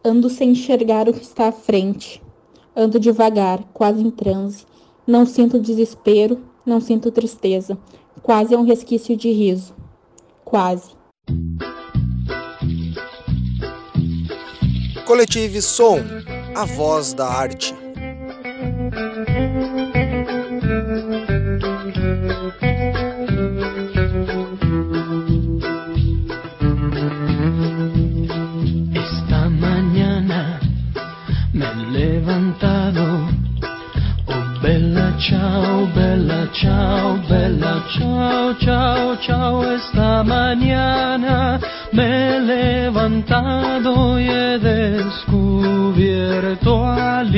Ando sem enxergar o que está à frente. Ando devagar, quase em transe. Não sinto desespero, não sinto tristeza. Quase é um resquício de riso. Quase. Coletive Som, a voz da arte. Esta mañana me he levantado. Oh, bella ciao, bella ciao, bella ciao, ciao, ciao. Esta mañana me he levantado y he descubierto al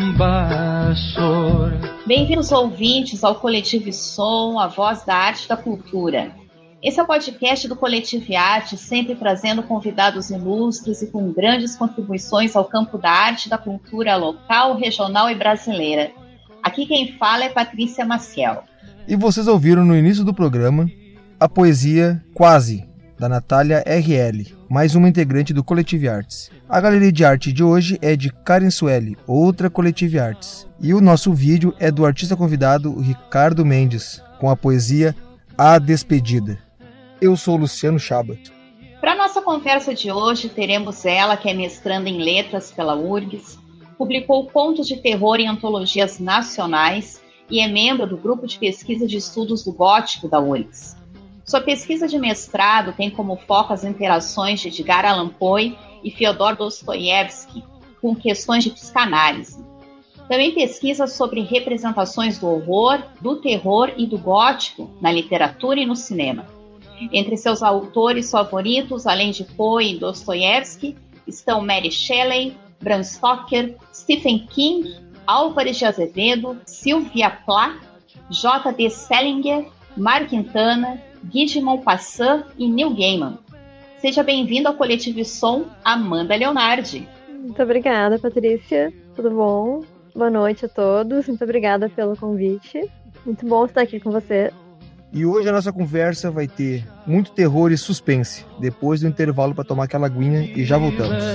invasor. Bem-vindos, ouvintes, ao Coletivo Som, a voz da arte e da cultura. Esse é o podcast do Coletivo Arte, sempre trazendo convidados ilustres e com grandes contribuições ao campo da arte e da cultura local, regional e brasileira. Aqui quem fala é Patrícia Maciel. E vocês ouviram no início do programa a poesia Quase, da Natália RL, mais uma integrante do Coletivo Artes. A galeria de arte de hoje é de Karen Sueli, outra Coletivo Artes. E o nosso vídeo é do artista convidado Ricardo Mendes, com a poesia A Despedida. Eu sou Luciano Chaba. Para a nossa conversa de hoje, teremos ela, que é mestranda em letras pela URGS, publicou contos de terror em antologias nacionais e é membro do grupo de pesquisa de estudos do gótico da URGS. Sua pesquisa de mestrado tem como foco as interações de Edgar Allan Poe e Fyodor Dostoiévski com questões de psicanálise. Também pesquisa sobre representações do horror, do terror e do gótico na literatura e no cinema. Entre seus autores favoritos, além de Poe e Dostoiévski, estão Mary Shelley, Bram Stoker, Stephen King, Álvares de Azevedo, Sylvia Plath, J.D. Salinger, Mário Quintana, Guy de Maupassant e Neil Gaiman. Seja bem-vindo ao Coletivo Som, Amanda Leonardi. Muito obrigada, Patrícia. Tudo bom? Boa noite a todos. Muito obrigada pelo convite. Muito bom estar aqui com você. E hoje a nossa conversa vai ter muito terror e suspense. Depois do intervalo para tomar aquela aguinha e já voltamos.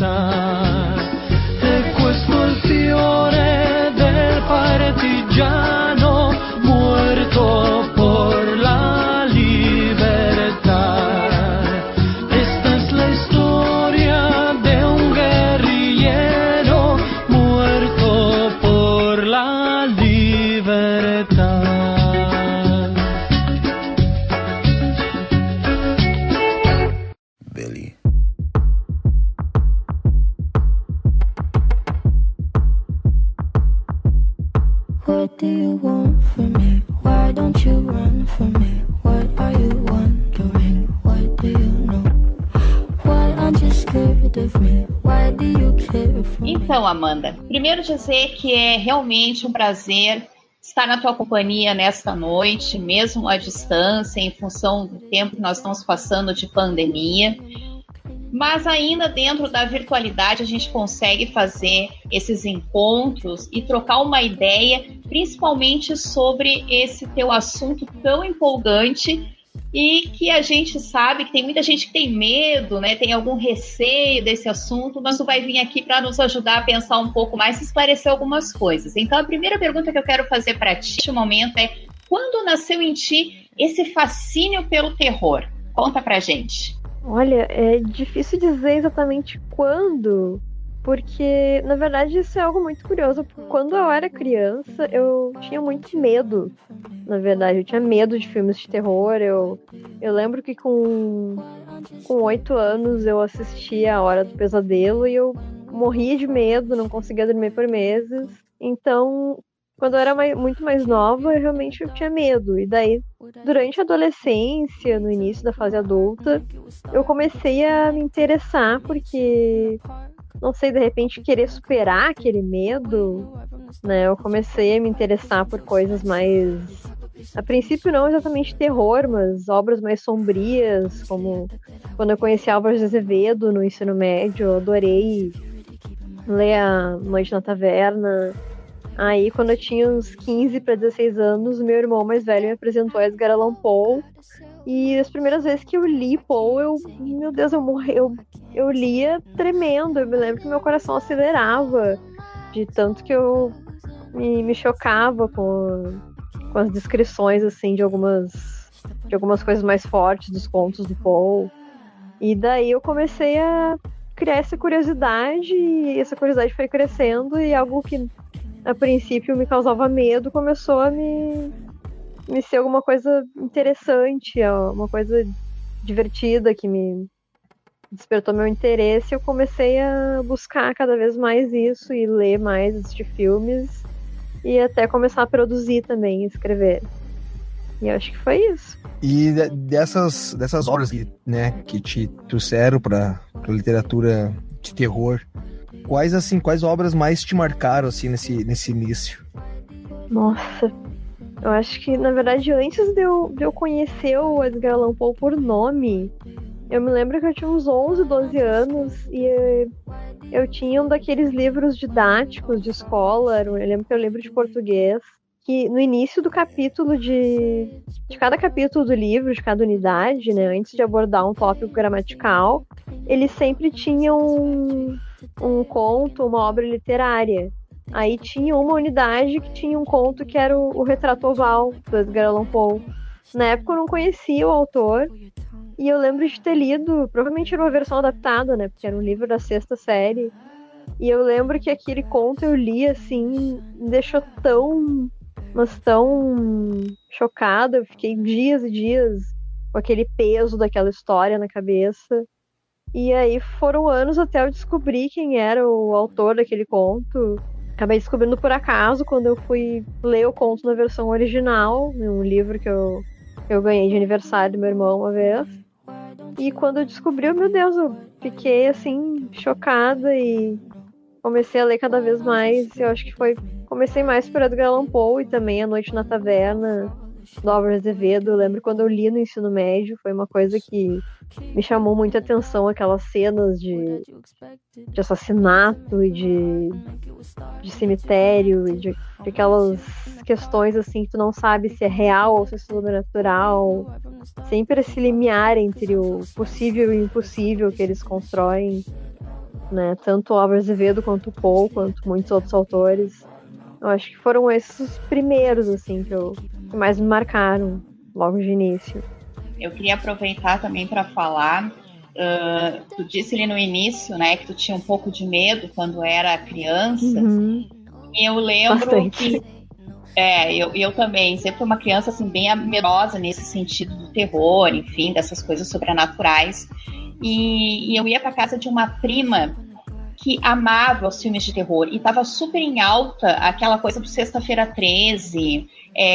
What do you want from me? Why don't you run from me? What are you wondering? What do you know? Why aren't you scared of me? Why do you care for me? Então, Amanda, primeiro dizer que é realmente um prazer estar na tua companhia nesta noite, mesmo à distância, em função do tempo que nós estamos passando de pandemia. Mas ainda dentro da virtualidade a gente consegue fazer esses encontros e trocar uma ideia, principalmente sobre esse teu assunto tão empolgante e que a gente sabe que tem muita gente que tem medo, né? Tem algum receio desse assunto, mas tu vai vir aqui para nos ajudar a pensar um pouco mais e esclarecer algumas coisas. Então a primeira pergunta que eu quero fazer para ti neste momento é: quando nasceu em ti esse fascínio pelo terror? Conta pra gente. Olha, é difícil dizer exatamente quando, porque, na verdade, isso é algo muito curioso. Quando eu era criança, eu tinha muito medo, na verdade. Eu tinha medo de filmes de terror. Eu lembro que com 8 anos eu assistia A Hora do Pesadelo e eu morria de medo, não conseguia dormir por meses. Então, quando eu era muito mais nova, eu realmente tinha medo. E daí, durante a adolescência, no início da fase adulta, eu comecei a me interessar porque, não sei, de repente querer superar aquele medo, né? Eu comecei a me interessar por coisas mais, a princípio não exatamente terror, mas obras mais sombrias, como quando eu conheci Álvares de Azevedo no ensino médio, eu adorei ler A Noite na Taverna. Aí, quando eu tinha uns 15 para 16 anos, meu irmão mais velho me apresentou a Edgar Allan Poe E as primeiras vezes que eu li Poe, meu Deus, eu lia tremendo. Eu me lembro que meu coração acelerava, de tanto que eu me chocava com as descrições, assim, de algumas coisas mais fortes dos contos do Poe. E daí eu comecei a criar essa curiosidade, e essa curiosidade foi crescendo, e algo que a princípio me causava medo começou a me ser alguma coisa interessante, uma coisa divertida que me despertou meu interesse. Eu comecei a buscar cada vez mais isso e ler mais, assistir filmes e até começar a produzir também, escrever. E eu acho que foi isso. E dessas obras que te trouxeram para literatura de terror, quais obras mais te marcaram assim nesse início? Nossa, eu acho que, na verdade, antes de eu conhecer o Edgar Allan Poe por nome, eu me lembro que eu tinha uns 11, 12 anos e eu tinha um daqueles livros didáticos de escola, eu lembro que eu lembro de português, que no início do capítulo de cada capítulo do livro, de cada unidade, né, antes de abordar um tópico gramatical, ele sempre tinha um conto, uma obra literária. Aí tinha uma unidade que tinha um conto que era o Retrato Oval, do Edgar Allan Poe. Na época eu não conhecia o autor, e eu lembro de ter lido, provavelmente era uma versão adaptada, né, porque era um livro da 6ª série, e eu lembro que aquele conto eu li, assim, me deixou tão chocada, eu fiquei dias e dias com aquele peso daquela história na cabeça. E aí foram anos até eu descobrir quem era o autor daquele conto. Acabei descobrindo por acaso quando eu fui ler o conto na versão original, um livro que eu ganhei de aniversário do meu irmão uma vez. E quando eu descobri, meu Deus, eu fiquei assim, chocada e comecei a ler cada vez mais. Eu acho que comecei mais por Edgar Allan Poe e também A Noite na Taverna, do Álvaro Azevedo. Eu lembro quando eu li no ensino médio, foi uma coisa que me chamou muita atenção, aquelas cenas de assassinato e de cemitério e de aquelas questões assim que tu não sabe se é real ou se é sobrenatural. Sempre esse limiar entre o possível e o impossível que eles constroem, né? Tanto o Álvaro Azevedo quanto o Poe, quanto muitos outros autores. Eu acho que foram esses os primeiros assim que mais me marcaram logo de início. Eu queria aproveitar também para falar, tu disse ali no início, né, que tu tinha um pouco de medo quando era criança. Uhum. E eu lembro Bastante. que eu também sempre fui uma criança assim bem medrosa nesse sentido do terror, enfim, dessas coisas sobrenaturais. E eu ia para casa de uma prima que amava os filmes de terror e estava super em alta aquela coisa do Sexta-feira 13,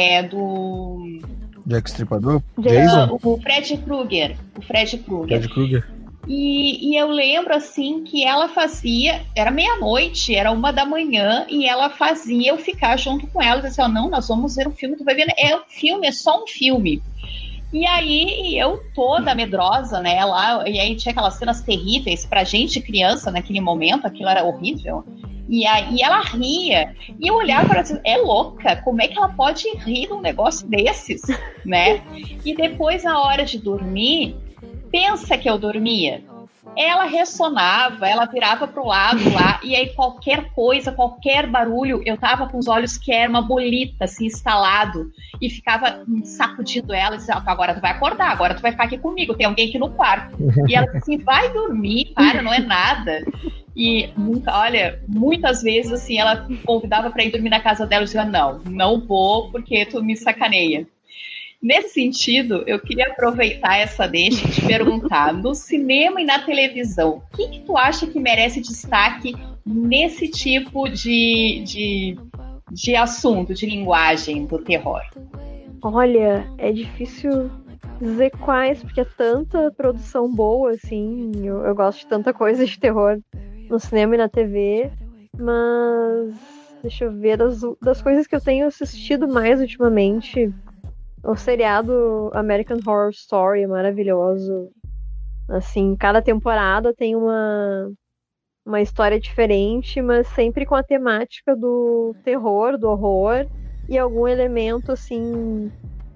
do Jack Stripador? Jason? O Fred Krueger. Fred Krueger. E eu lembro assim que ela fazia, era meia-noite, era 1h, e ela fazia eu ficar junto com ela, dizia, não, nós vamos ver um filme, tu vai ver, é um filme, é só um filme. E aí eu toda medrosa, né, lá, e aí tinha aquelas cenas terríveis pra gente criança naquele momento, aquilo era horrível. E aí ela ria, e eu olhava para ela e disse, é louca, como é que ela pode rir de um negócio desses, né? E depois, na hora de dormir, pensa que eu dormia. Ela ressonava, ela virava pro lado lá, e aí qualquer coisa, qualquer barulho, eu tava com os olhos que era uma bolita, assim, instalado, e ficava sacudindo ela, e dizia, agora tu vai acordar, agora tu vai ficar aqui comigo, tem alguém aqui no quarto. E ela disse assim, vai dormir, para, não é nada. E, olha, muitas vezes, assim, ela convidava para ir dormir na casa dela, eu dizia, não vou, porque tu me sacaneia. Nesse sentido, eu queria aproveitar essa deixa e te perguntar, no cinema e na televisão, o que tu acha que merece destaque nesse tipo de assunto, de linguagem do terror? Olha, é difícil dizer quais, porque é tanta produção boa, assim, eu gosto de tanta coisa de terror no cinema e na TV, mas deixa eu ver, das coisas que eu tenho assistido mais ultimamente, o seriado American Horror Story é maravilhoso. Assim, cada temporada tem uma história diferente, mas sempre com a temática do terror, do horror, e algum elemento, assim,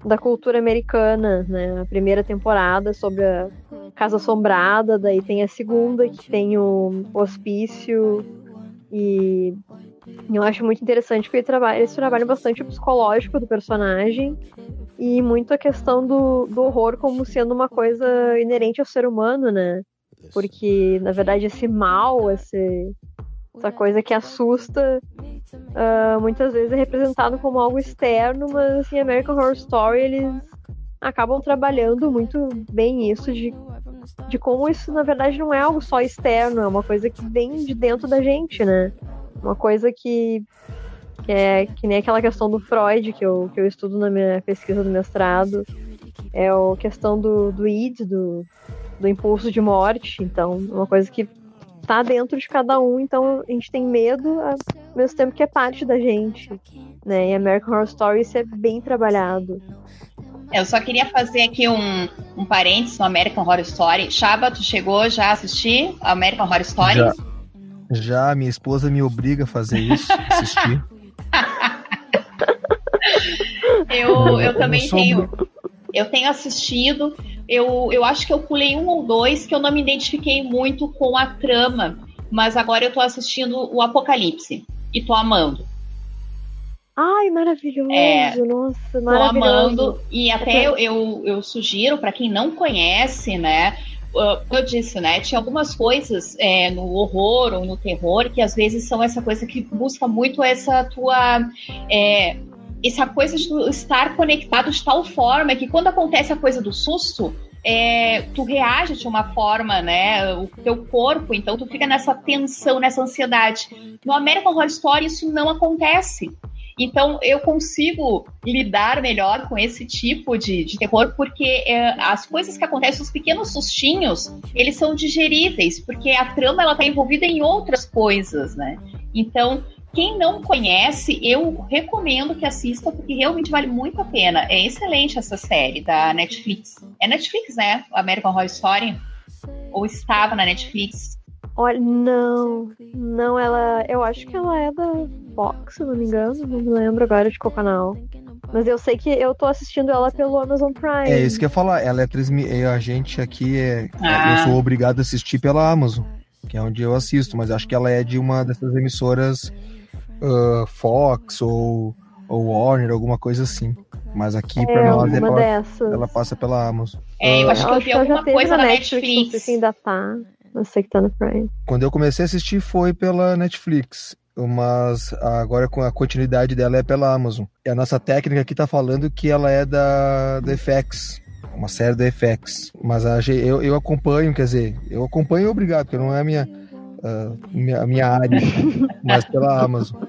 da cultura americana, né? A primeira temporada sobre a Casa Assombrada, daí tem a segunda, que tem o hospício, e eu acho muito interessante porque eles trabalham bastante o psicológico do personagem e muito a questão do horror como sendo uma coisa inerente ao ser humano, né? Porque, na verdade, esse mal, essa coisa que assusta, muitas vezes é representado como algo externo, mas em American Horror Story eles acabam trabalhando muito bem isso de como isso, na verdade, não é algo só externo, é uma coisa que vem de dentro da gente, né? Uma coisa que é que nem aquela questão do Freud, que eu estudo na minha pesquisa do mestrado, é a questão do id, do impulso de morte. Então, é uma coisa que tá dentro de cada um, então a gente tem medo ao mesmo tempo que é parte da gente, né? E American Horror Story isso é bem trabalhado. Eu só queria fazer aqui um parênteses no American Horror Story. Chaba, tu chegou já a assistir American Horror Story? Já, minha esposa me obriga a fazer isso, assistir. Eu também tenho. Eu tenho assistido. Eu acho que eu pulei 1 ou 2 que eu não me identifiquei muito com a trama, mas agora eu tô assistindo o Apocalipse e tô amando. Ai, maravilhoso! Nossa, maravilhoso. Tô amando, e até eu sugiro para quem não conhece, né? Eu disse, né? Tinha algumas coisas no horror ou no terror que às vezes são essa coisa que busca muito essa tua essa coisa de tu estar conectado de tal forma que quando acontece a coisa do susto, tu reage de uma forma, né? O teu corpo, então tu fica nessa tensão, nessa ansiedade. No American Horror Story isso não acontece. Então eu consigo lidar melhor com esse tipo de terror porque as coisas que acontecem, os pequenos sustinhos, eles são digeríveis, porque a trama ela tá envolvida em outras coisas, né? Então, quem não conhece, eu recomendo que assista, porque realmente vale muito a pena. É excelente essa série da Netflix. É Netflix, né? American Horror Story? Ou estava na Netflix? Olha, não, eu acho que ela é da Fox, se não me engano, não me lembro agora de qual canal. Mas eu sei que eu tô assistindo ela pelo Amazon Prime. É isso que eu ia falar, ela a gente aqui eu sou obrigado a assistir pela Amazon, que é onde eu assisto, mas acho que ela é de uma dessas emissoras Fox ou Warner, alguma coisa assim. Mas aqui pra nós ela passa pela Amazon. Eu acho que eu vi alguma coisa na Netflix. Não sei se ainda tá. Eu sei que tá no Prime. Quando eu comecei a assistir foi pela Netflix, mas agora com a continuidade dela é pela Amazon. E a nossa técnica aqui tá falando que ela é da FX, uma série da FX. Mas eu acompanho, quer dizer, eu acompanho obrigado, porque não é a minha área, mas pela Amazon.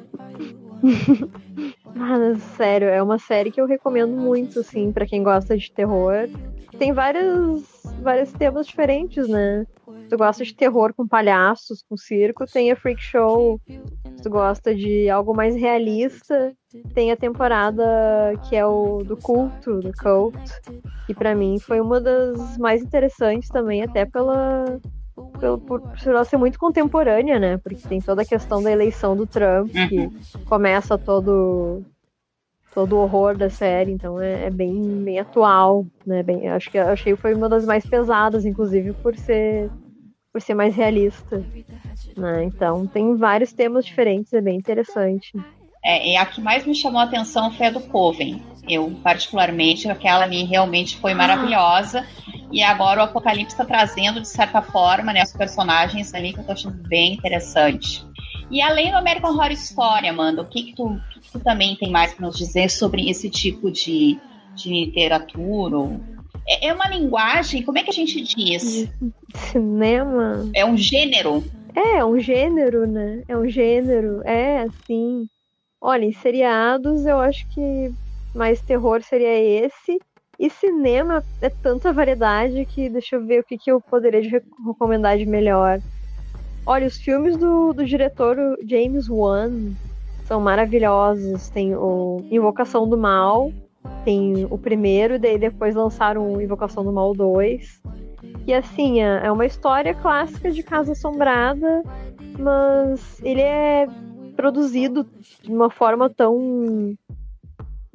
Mas, sério, é uma série que eu recomendo muito, assim, pra quem gosta de terror. Tem vários temas diferentes, né? Se tu gosta de terror com palhaços, com circo, tem a Freak Show. Se tu gosta de algo mais realista, tem a temporada que é o do culto, do Cult, que pra mim foi uma das mais interessantes também, até por ela ser muito contemporânea, né? Porque tem toda a questão da eleição do Trump, que começa todo o horror da série, então é bem atual, né? Achei que foi uma das mais pesadas, inclusive, por ser mais realista, né? Então tem vários temas diferentes, é bem interessante. E a que mais me chamou a atenção foi a do Coven. Eu, particularmente, aquela ali realmente foi maravilhosa. E agora o Apocalipse está trazendo, de certa forma, né, os personagens ali que eu tô achando bem interessante. E além do American Horror Story, Amanda, o que tu também tem mais para nos dizer sobre esse tipo de literatura? É uma linguagem, como é que a gente diz? Cinema? É um gênero? É um gênero, né? É um gênero, assim. Olha, em seriados eu acho que mais terror seria esse. E cinema é tanta variedade que deixa eu ver o que eu poderia recomendar de melhor. Olha, os filmes do diretor James Wan são maravilhosos. Tem o Invocação do Mal, tem o primeiro, daí depois lançaram o Invocação do Mal 2. E assim, é uma história clássica de Casa Assombrada, mas ele é produzido de uma forma tão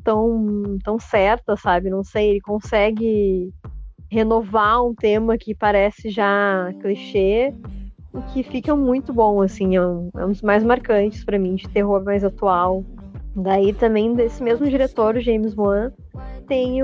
tão certa, sabe? Não sei, ele consegue renovar um tema que parece já clichê, o que fica muito bom, assim, é um dos mais marcantes pra mim, de terror mais atual. Daí também, desse mesmo diretor, o James Wan, tem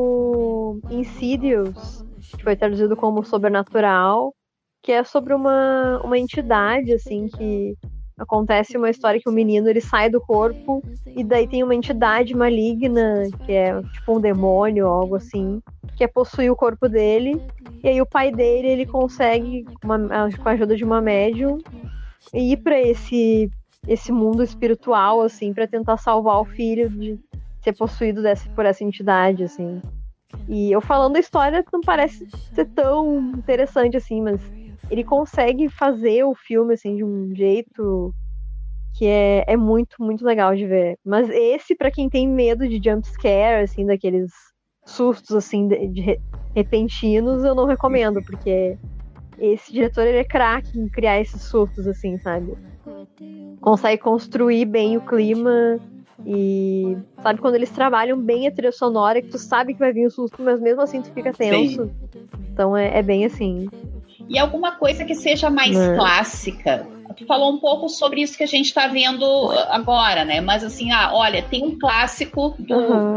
o Insidious, que foi traduzido como Sobrenatural, que é sobre uma entidade, assim, que acontece uma história que o menino, ele sai do corpo, e daí tem uma entidade maligna, que é tipo um demônio ou algo assim, que é possuir o corpo dele, e aí o pai dele, ele consegue, com a ajuda de uma médium, ir pra esse mundo espiritual, assim, pra tentar salvar o filho de ser possuído por essa entidade, assim. E eu falando a história não parece ser tão interessante, assim, mas ele consegue fazer o filme, assim, de um jeito que é muito, muito legal de ver. Mas esse, pra quem tem medo de jumpscare, assim, daqueles sustos, assim, de repentinos, eu não recomendo, porque esse diretor, ele é craque em criar esses surtos, assim, sabe? Consegue construir bem o clima e sabe quando eles trabalham bem a trilha sonora, que tu sabe que vai vir o susto, mas mesmo assim tu fica tenso. Sim. Então é bem assim. E alguma coisa que seja mais clássica. Tu falou um pouco sobre isso que a gente tá vendo agora, né? Mas assim, olha, tem um clássico do...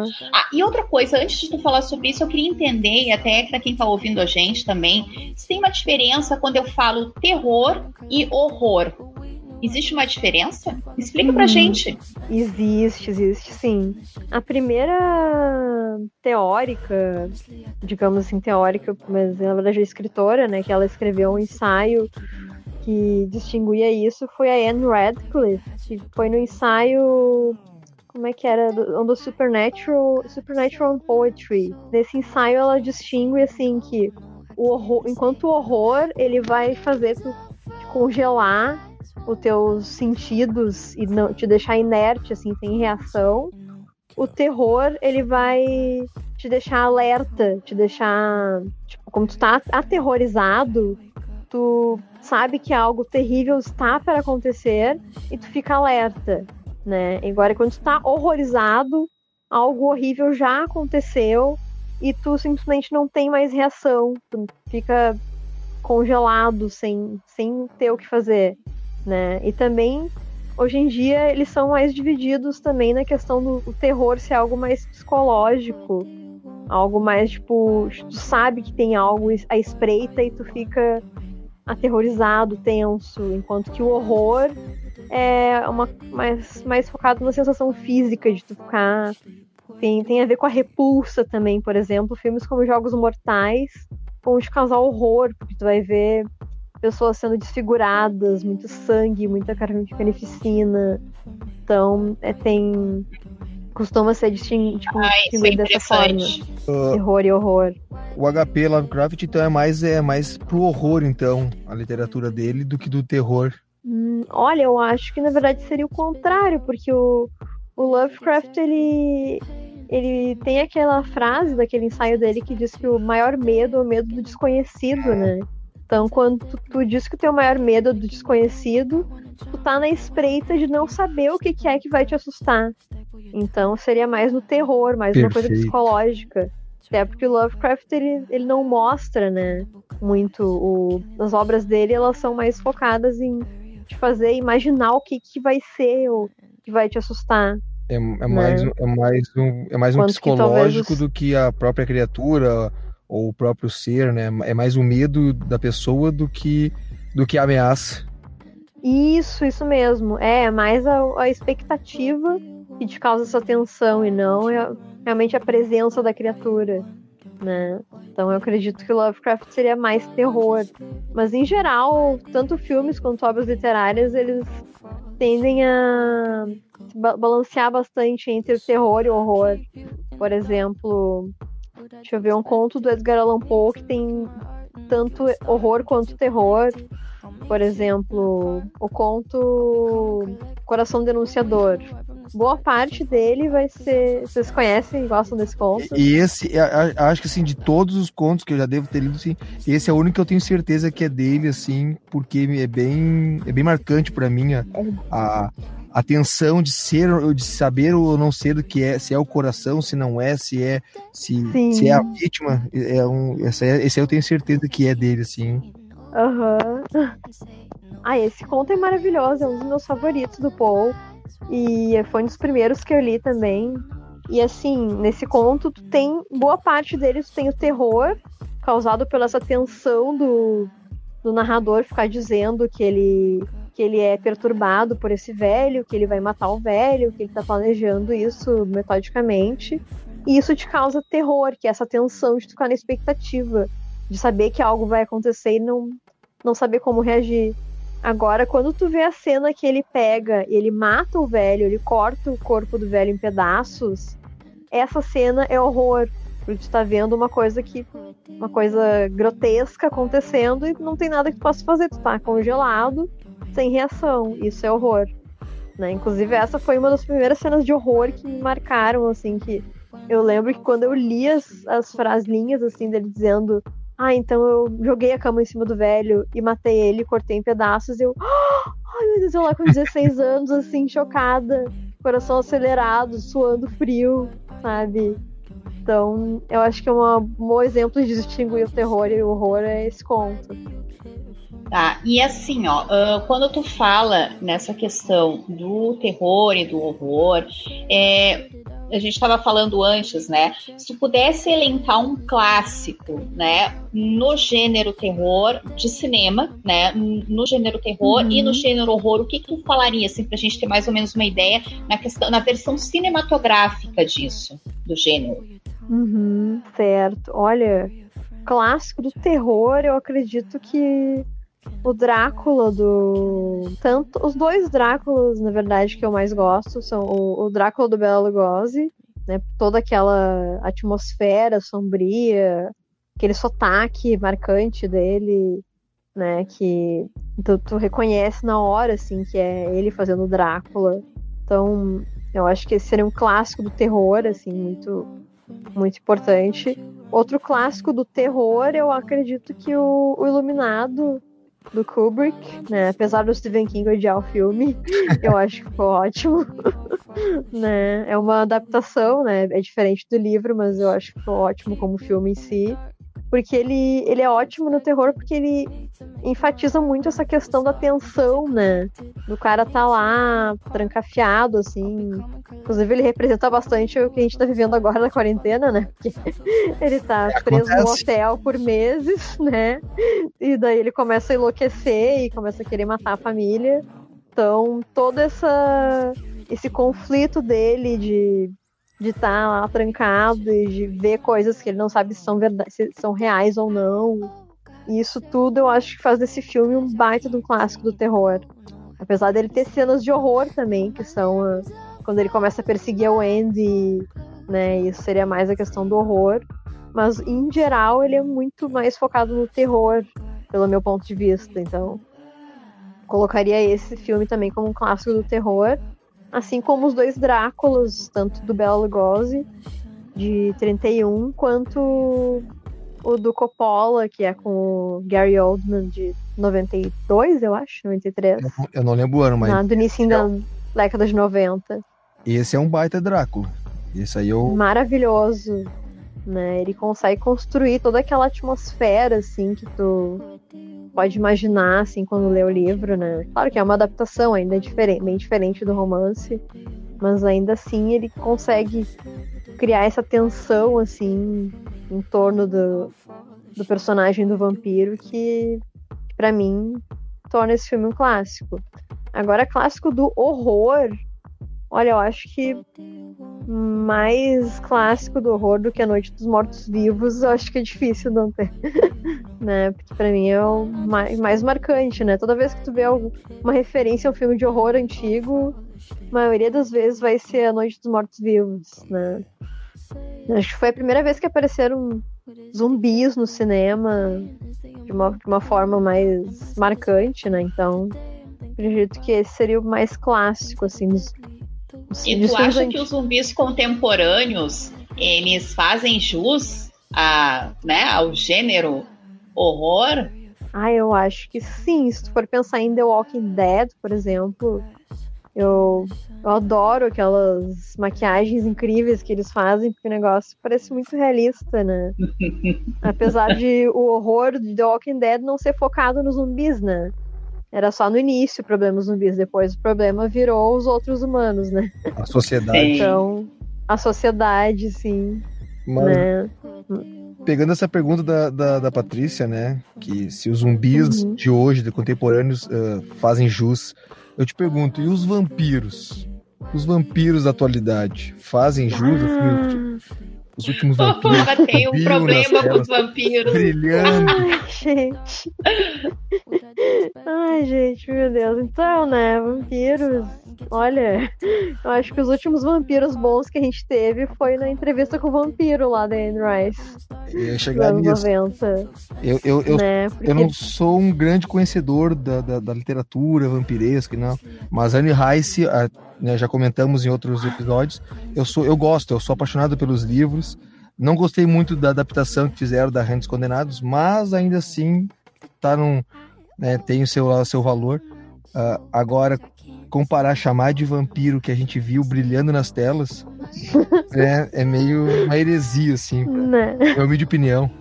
e outra coisa, antes de tu falar sobre isso, eu queria entender, e até pra quem tá ouvindo a gente também, se tem uma diferença quando eu falo terror e horror. Existe uma diferença? Explica pra gente. Existe sim. A primeira teórica, digamos assim, mas na verdade é escritora, né, que ela escreveu um ensaio que distinguia isso, foi a Anne Radcliffe, que foi no ensaio, como é que era, do Supernatural Poetry. Nesse ensaio ela distingue, assim, que o horror, enquanto o horror, ele vai fazer tu congelar os teus sentidos e não te deixar inerte, assim, sem reação. O terror, ele vai te deixar alerta, te deixar, tipo, como tu tá aterrorizado, tu sabe que algo terrível está para acontecer e tu fica alerta, né? Agora, quando tu tá horrorizado, algo horrível já aconteceu e tu simplesmente não tem mais reação, tu fica congelado, sem ter o que fazer, né? E também, hoje em dia, eles são mais divididos também na questão do terror ser algo mais psicológico, algo mais, tipo, tu sabe que tem algo à espreita e tu fica aterrorizado, tenso, enquanto que o horror é mais focado na sensação física de tu ficar... Tem a ver com a repulsa também, por exemplo, filmes como Jogos Mortais vão te causar horror, porque tu vai ver pessoas sendo desfiguradas, muito sangue, muita carnificina. Então, costuma ser distinguido dessa forma. Terror e horror. O HP Lovecraft, então, é mais pro horror, então, a literatura dele, do que do terror. Olha, eu acho que, na verdade, seria o contrário, porque o Lovecraft, ele tem aquela frase daquele ensaio dele que diz que o maior medo é o medo do desconhecido, né? Então, quando tu diz que o teu maior medo é do desconhecido, tu tá na espreita de não saber o que é que vai te assustar. Então, seria mais no terror, mais uma coisa psicológica. Até porque o Lovecraft, ele não mostra, né, muito. As obras dele, elas são mais focadas em te fazer imaginar o que vai ser, o que vai te assustar. É mais um psicológico do que a própria criatura ou o próprio ser, né? É mais o medo da pessoa do que a ameaça. Isso mesmo. É mais a expectativa que te causa essa tensão e não realmente a presença da criatura, né? Então eu acredito que o Lovecraft seria mais terror. Mas em geral, tanto filmes quanto obras literárias, eles tendem a balancear bastante entre o terror e o horror. Por exemplo, deixa eu ver, um conto do Edgar Allan Poe que tem tanto horror quanto terror. Por exemplo, o conto Coração Denunciador. Boa parte dele vai ser... Vocês conhecem e gostam desse conto? E esse, acho que assim, de todos os contos que eu já devo ter lido, assim, esse é o único que eu tenho certeza que é dele, assim, porque é bem marcante pra mim a tensão de ser, de saber ou não ser o que é, se é o coração, se não é, se é a vítima, esse eu tenho certeza que é dele, assim. Esse conto é maravilhoso, é um dos meus favoritos do Paul, e foi um dos primeiros que eu li também. E assim, nesse conto, tu tem boa parte dele, tu tem o terror causado pela essa tensão do narrador ficar dizendo que ele é perturbado por esse velho, que ele vai matar o velho, que ele tá planejando isso metodicamente. E isso te causa terror, que é essa tensão de ficar na expectativa, de saber que algo vai acontecer e não saber como reagir. Agora, quando tu vê a cena que ele pega e ele mata o velho, ele corta o corpo do velho em pedaços, essa cena é horror. Porque tu tá vendo uma coisa grotesca acontecendo e não tem nada que tu possa fazer. Tu tá congelado, sem reação. Isso é horror. Né? Inclusive, essa foi uma das primeiras cenas de horror que me marcaram, assim, que eu lembro que quando eu li as frasinhas, assim, dele dizendo então eu joguei a cama em cima do velho e matei ele, cortei em pedaços, ai meu Deus, eu lá com 16 anos, assim, chocada, coração acelerado, suando frio, sabe? Então, eu acho que é um bom exemplo de distinguir o terror e o horror é esse conto. Tá, e assim, quando tu fala nessa questão do terror e do horror, a gente estava falando antes, né? Se tu pudesse elencar um clássico, né, no gênero terror de cinema, né, no gênero terror e no gênero horror, o que tu falaria, assim, pra gente ter mais ou menos uma ideia na versão cinematográfica disso, do gênero? Certo. Olha, clássico do terror, eu acredito que o Drácula tanto os dois Dráculas, na verdade, que eu mais gosto são o Drácula do Bela Lugosi, né? Toda aquela atmosfera sombria, aquele sotaque marcante dele, né? Que tu reconhece na hora, assim, que é ele fazendo o Drácula. Então, eu acho que esse seria um clássico do terror, assim, muito, muito importante. Outro clássico do terror, eu acredito que o Iluminado, do Kubrick, né? Apesar do Stephen King odiar o filme, eu acho que ficou ótimo. Né? É uma adaptação, né? É diferente do livro, mas eu acho que ficou ótimo como filme em si. Porque ele é ótimo no terror porque ele enfatiza muito essa questão da tensão, né? Do cara tá lá, trancafiado, assim. Inclusive, ele representa bastante o que a gente tá vivendo agora na quarentena, né? Porque ele tá preso no hotel por meses, né? E daí ele começa a enlouquecer e começa a querer matar a família. Então, todo esse conflito dele de estar lá trancado e de ver coisas que ele não sabe se são reais ou não. E isso tudo eu acho que faz desse filme um baita de um clássico do terror. Apesar dele ter cenas de horror também, que são quando ele começa a perseguir a Wendy, né? Isso seria mais a questão do horror. Mas, em geral, ele é muito mais focado no terror, pelo meu ponto de vista. Então, colocaria esse filme também como um clássico do terror. Assim como os dois Dráculas, tanto do Bela Lugosi, de 31, quanto o do Coppola, que é com o Gary Oldman, de 92, eu acho, 93. Eu não lembro o ano, mas... Do início da década de 90. Esse é um baita Drácula. Esse aí maravilhoso, né? Ele consegue construir toda aquela atmosfera, assim, que tu pode imaginar, assim, quando lê o livro, né? Claro que é uma adaptação, ainda é bem diferente do romance, mas ainda assim ele consegue criar essa tensão, assim, em torno do personagem do vampiro, que pra mim torna esse filme um clássico. Agora, clássico do horror, olha, eu acho que mais clássico do horror do que A Noite dos Mortos-Vivos, eu acho que é difícil não ter. Né? Porque pra mim é o mais marcante, né? Toda vez que tu vê uma referência a um filme de horror antigo, a maioria das vezes vai ser A Noite dos Mortos-Vivos, né? Acho que foi a primeira vez que apareceram zumbis no cinema de uma forma mais marcante, né? Então, acredito que esse seria o mais clássico, assim, E tu acha que os zumbis contemporâneos, eles fazem jus ao gênero horror? Eu acho que sim. Se tu for pensar em The Walking Dead, por exemplo, Eu adoro aquelas maquiagens incríveis que eles fazem, porque o negócio parece muito realista, né? Apesar de o horror de The Walking Dead não ser focado nos zumbis, né? Era só no início o problema dos zumbis, depois o problema virou os outros humanos, né? A sociedade. Então, a sociedade, sim. Mas, Né? pegando essa pergunta da Patrícia, né? Que se os zumbis de hoje, de contemporâneos, fazem jus. Eu te pergunto, e os vampiros? Os vampiros da atualidade fazem jus? Assim, os últimos vampiros. Tem um problema com os vampiros. Brilhando. Ai, gente, meu Deus. Então, né, vampiros. Olha, eu acho que os últimos vampiros bons que a gente teve foi na entrevista com o vampiro lá da Anne Rice. Eu ia chegar nisso. 90. Né? Porque... eu não sou um grande conhecedor da literatura vampiresca, não. Mas Anne Rice, né, já comentamos em outros episódios, eu sou apaixonado pelos livros. Não gostei muito da adaptação que fizeram da Rainha dos Condenados, mas ainda assim tem o seu valor. Agora, chamar de vampiro que a gente viu brilhando nas telas é meio uma heresia, assim, minha humilde opinião.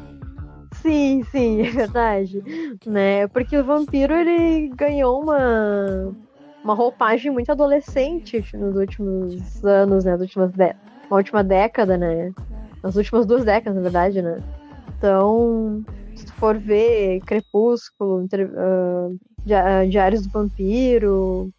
Sim, é verdade, né? Porque o vampiro, ele ganhou uma roupagem muito adolescente nos últimos anos, né? Na última década, né? Nas últimas 2 décadas, na verdade, né? Então, se tu for ver Crepúsculo, Diários do Vampiro,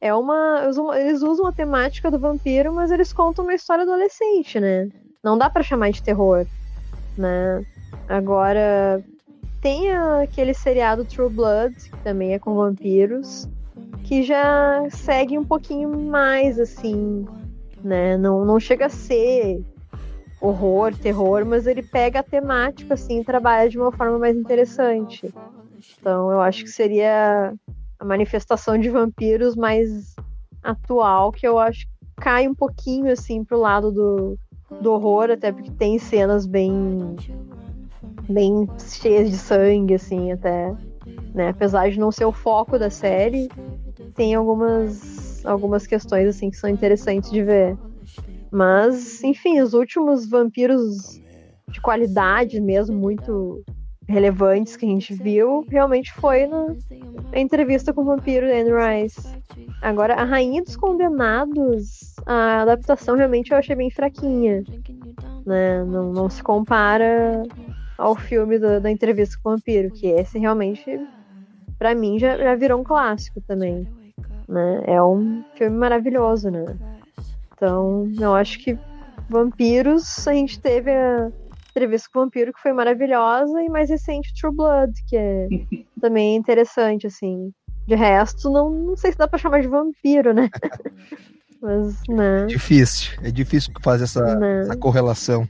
eles usam a temática do vampiro, mas eles contam uma história adolescente, né? Não dá pra chamar de terror, né? Agora, tem aquele seriado True Blood, que também é com vampiros, que já segue um pouquinho mais, assim, né? Não chega a ser horror, terror, mas ele pega a temática, assim, e trabalha de uma forma mais interessante. Então, eu acho que seria a manifestação de vampiros mais atual, que eu acho que cai um pouquinho, assim, pro lado do horror, até porque tem cenas bem cheias de sangue, assim, até, né? Apesar de não ser o foco da série, tem algumas questões, assim, que são interessantes de ver. Mas, enfim, os últimos vampiros de qualidade mesmo, muito relevantes que a gente viu, realmente foi na entrevista com o vampiro da Anne Rice. Agora, a Rainha dos Condenados, a adaptação realmente eu achei bem fraquinha, né? Não se compara ao filme da entrevista com o vampiro, que esse realmente, pra mim, já virou um clássico também, né? É um filme maravilhoso, né? Então, eu acho que vampiros, a gente teve a entrevista com o vampiro, que foi maravilhosa, e mais recente True Blood, que é também interessante, assim. De resto, não sei se dá pra chamar de vampiro, né? Mas, né? É difícil fazer essa correlação.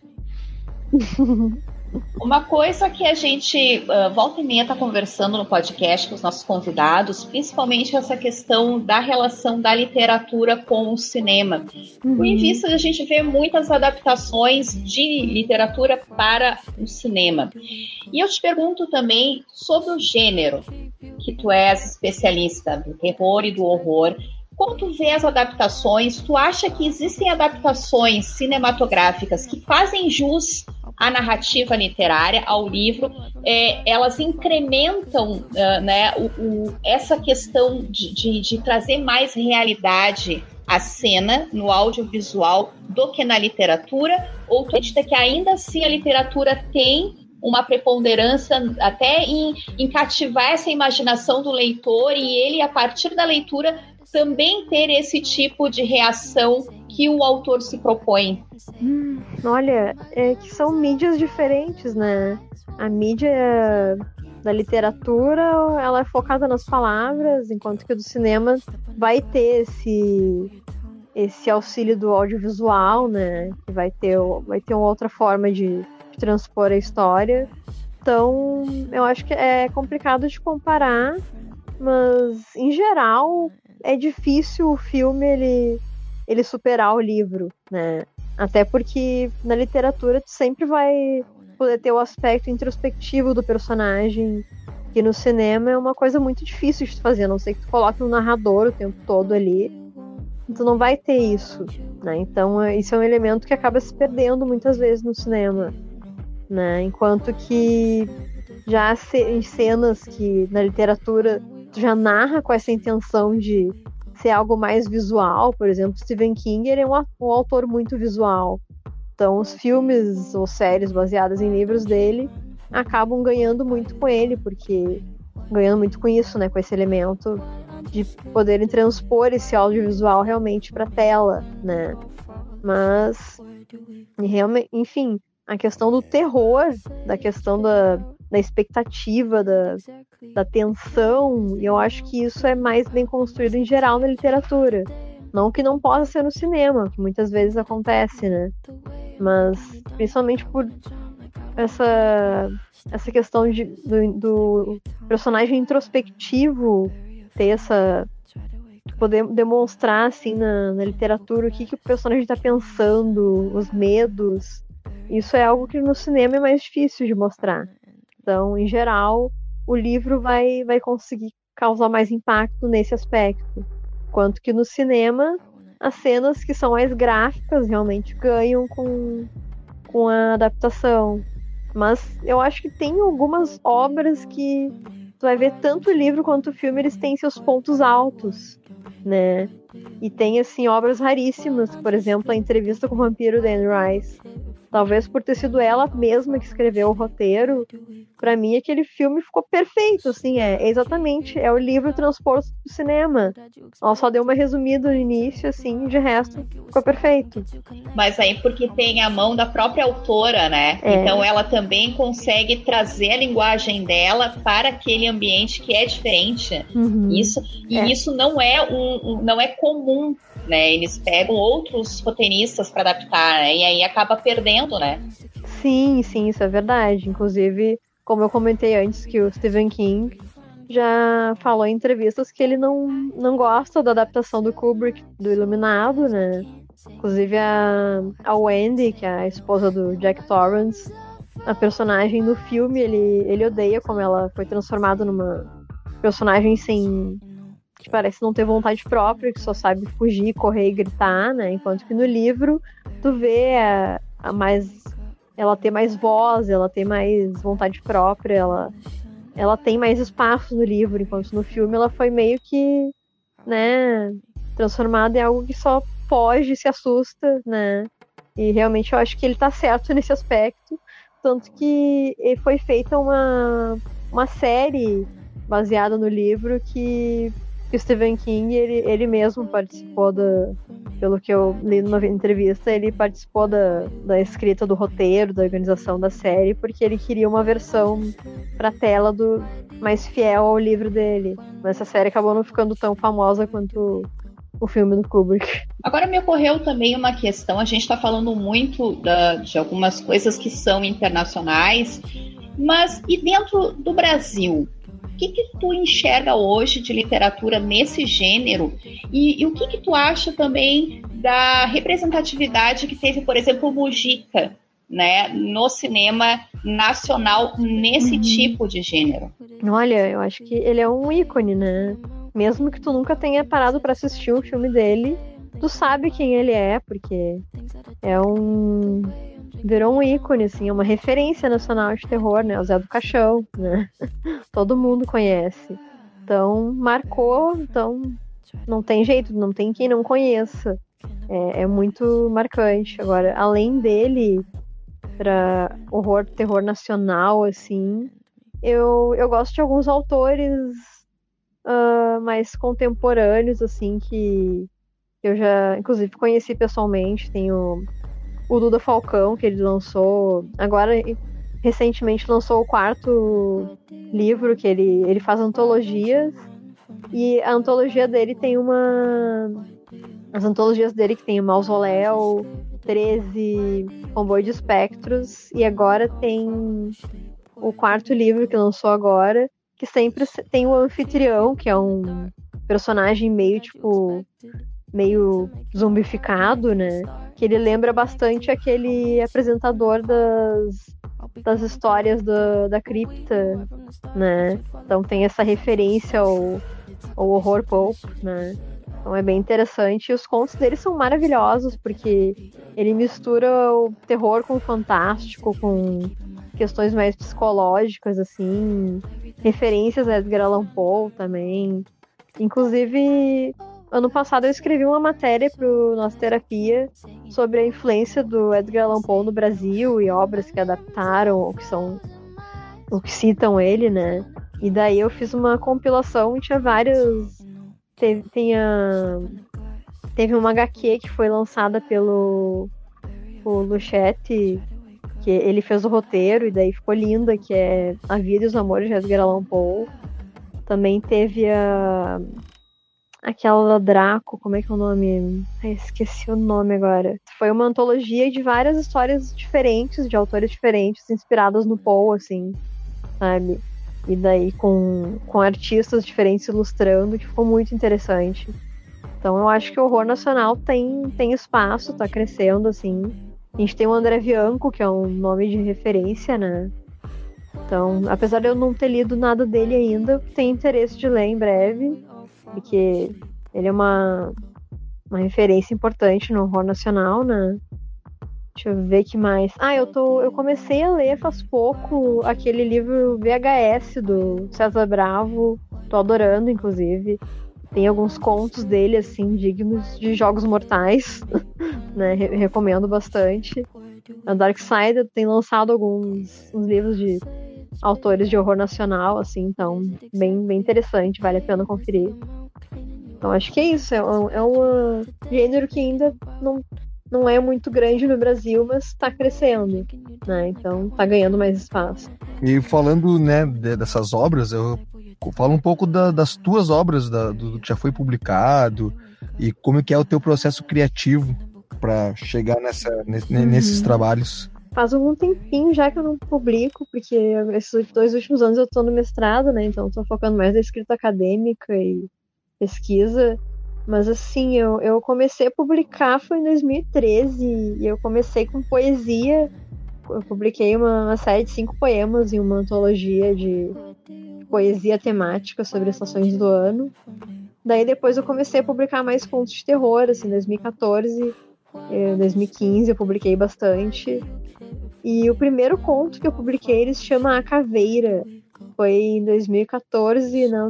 Uma coisa que a gente volta e meia está conversando no podcast com os nossos convidados, principalmente essa questão da relação da literatura com o cinema. Em vista de a gente ver muitas adaptações de literatura para o cinema. E eu te pergunto também sobre o gênero, que tu és especialista do terror e do horror. Como tu vê as adaptações, tu acha que existem adaptações cinematográficas que fazem jus à narrativa literária, ao livro, elas incrementam essa questão de trazer mais realidade à cena, no audiovisual, do que na literatura? Ou tu acredita que ainda assim a literatura tem uma preponderância até em cativar essa imaginação do leitor e ele, a partir da leitura, também ter esse tipo de reação que o autor se propõe? Olha, que são mídias diferentes, né? A mídia da literatura, ela é focada nas palavras, enquanto que o do cinema vai ter esse auxílio do audiovisual, né? Que vai ter uma outra forma de transpor a história. Então, eu acho que é complicado de comparar, mas, em geral, é difícil o filme ele superar o livro, né? Até porque na literatura tu sempre vai poder ter o aspecto introspectivo do personagem, Que no cinema é uma coisa muito difícil de fazer, a não ser que tu coloque um narrador o tempo todo ali. Tu não vai ter isso, né? Então, isso é um elemento que acaba se perdendo muitas vezes no cinema, né? Enquanto que já em cenas que na literatura tu já narra com essa intenção de ser algo mais visual, por exemplo, Stephen King, ele é um autor muito visual. Então, os filmes ou séries baseadas em livros dele acabam ganhando muito com ele, porque ganhando muito com isso, né? Com esse elemento de poderem transpor esse audiovisual realmente para a tela, né? Mas, realmente, enfim, a questão do terror, da questão da expectativa, da tensão, eu acho que isso é mais bem construído em geral na literatura. Não que não possa ser no cinema, que muitas vezes acontece, né? Mas, principalmente por essa questão do personagem introspectivo ter essa... poder demonstrar, assim, na literatura o que o personagem está pensando, os medos. Isso é algo que no cinema é mais difícil de mostrar. Então, em geral, o livro vai conseguir causar mais impacto nesse aspecto. Enquanto que no cinema, as cenas que são mais gráficas realmente ganham com a adaptação. Mas eu acho que tem algumas obras que tu vai ver tanto o livro quanto o filme, eles têm seus pontos altos, né? E tem, assim, obras raríssimas, por exemplo, a Entrevista com o Vampiro da Anne Rice. Talvez por ter sido ela mesma que escreveu o roteiro, pra mim aquele filme ficou perfeito, assim, exatamente, é o livro transposto pro cinema. Ela só deu uma resumida no início, assim, de resto, ficou perfeito. Mas aí porque tem a mão da própria autora, né? Então ela também consegue trazer a linguagem dela para aquele ambiente que é diferente. Isso não é comum, né? Eles pegam outros roteiristas para adaptar, né? E aí acaba perdendo, né? Sim, isso é verdade. Inclusive, como eu comentei antes, que o Stephen King já falou em entrevistas que ele não gosta da adaptação do Kubrick do Iluminado, né? Inclusive a Wendy, que é a esposa do Jack Torrance, a personagem no filme, ele odeia como ela foi transformada numa personagem que parece não ter vontade própria, que só sabe fugir, correr e gritar, né? Enquanto que no livro tu vê ela ter mais voz, ela ter mais vontade própria, ela tem mais espaço no livro, enquanto no filme ela foi meio que, né, transformada em algo que só foge, se assusta, né? E realmente eu acho que ele tá certo nesse aspecto, tanto que foi feita uma série baseada no livro que o Stephen King, ele mesmo participou pelo que eu li numa entrevista, ele participou da escrita do roteiro, da organização da série, porque ele queria uma versão pra tela mais fiel ao livro dele. Mas essa série acabou não ficando tão famosa quanto o filme do Kubrick. Agora me ocorreu também uma questão, a gente está falando muito de algumas coisas que são internacionais, mas e dentro do Brasil? O que tu enxerga hoje de literatura nesse gênero? E o que tu acha também da representatividade que teve, por exemplo, o Mujica, né, no cinema nacional nesse tipo de gênero? Olha, eu acho que ele é um ícone, né? Mesmo que tu nunca tenha parado para assistir um filme dele, tu sabe quem ele é, porque virou um ícone, assim, é uma referência nacional de terror, né? O Zé do Caixão, né? Todo mundo conhece. Então, marcou, então não tem jeito, não tem quem não conheça. É muito marcante. Agora, além dele, para horror, terror nacional, assim, eu gosto de alguns autores mais contemporâneos, assim, que eu já, inclusive, conheci pessoalmente. Tem o Duda Falcão, que ele lançou agora, recentemente lançou o 4º livro, que ele faz antologias, e a antologia dele tem as antologias dele que tem o Mausoléu, 13, Comboio de Espectros, e agora tem o 4º livro que lançou agora, que sempre tem o anfitrião, que é um personagem meio zumbificado, né? Que ele lembra bastante aquele apresentador das histórias da cripta, né? Então tem essa referência ao horror pulp, né? Então é bem interessante. E os contos dele são maravilhosos, porque ele mistura o terror com o fantástico, com questões mais psicológicas, assim, referências a Edgar Allan Poe também. Inclusive, ano passado eu escrevi uma matéria para o Nossa Terapia sobre a influência do Edgar Allan Poe no Brasil e obras que adaptaram ou que citam ele, né? E daí eu fiz uma compilação e tinha vários... Teve uma HQ que foi lançada pelo Luchete, que ele fez o roteiro e daí ficou linda, que é A Vida e os Amores de Edgar Allan Poe. Também teve aquela Draco, como é que é o nome? Esqueci o nome agora. Foi uma antologia de várias histórias diferentes, de autores diferentes, inspiradas no Poe, assim, sabe? E daí com artistas diferentes ilustrando, que ficou muito interessante. Então eu acho que o horror nacional tem espaço, tá crescendo, assim. A gente tem o André Bianco, que é um nome de referência, né? Então, apesar de eu não ter lido nada dele ainda, tenho interesse de ler em breve, porque ele é uma referência importante no horror nacional, né? Deixa eu ver o que mais. Eu comecei a ler faz pouco aquele livro VHS do César Bravo, tô adorando, inclusive. Tem alguns contos dele, assim, dignos de jogos mortais, né? Recomendo bastante. A Darksider tem lançado alguns livros de autores de horror nacional, assim, então bem interessante, vale a pena conferir. Então acho que é isso, é um gênero que ainda não é muito grande no Brasil, mas está crescendo, né? Então está ganhando mais espaço. E falando, né, dessas obras, eu falo um pouco das tuas obras, do que já foi publicado e como que é o teu processo criativo para chegar nesses trabalhos. Faz algum tempinho já que eu não publico, porque esses 2 últimos anos eu tô no mestrado, né? Então tô focando mais na escrita acadêmica e pesquisa. Mas assim, eu comecei a publicar foi em 2013 e eu comecei com poesia. Eu publiquei uma série de 5 poemas em uma antologia de poesia temática sobre estações do ano. Daí depois eu comecei a publicar mais contos de terror, assim, em 2014, 2015 eu publiquei bastante. E o primeiro conto que eu publiquei, ele se chama A Caveira. Foi em 2014 na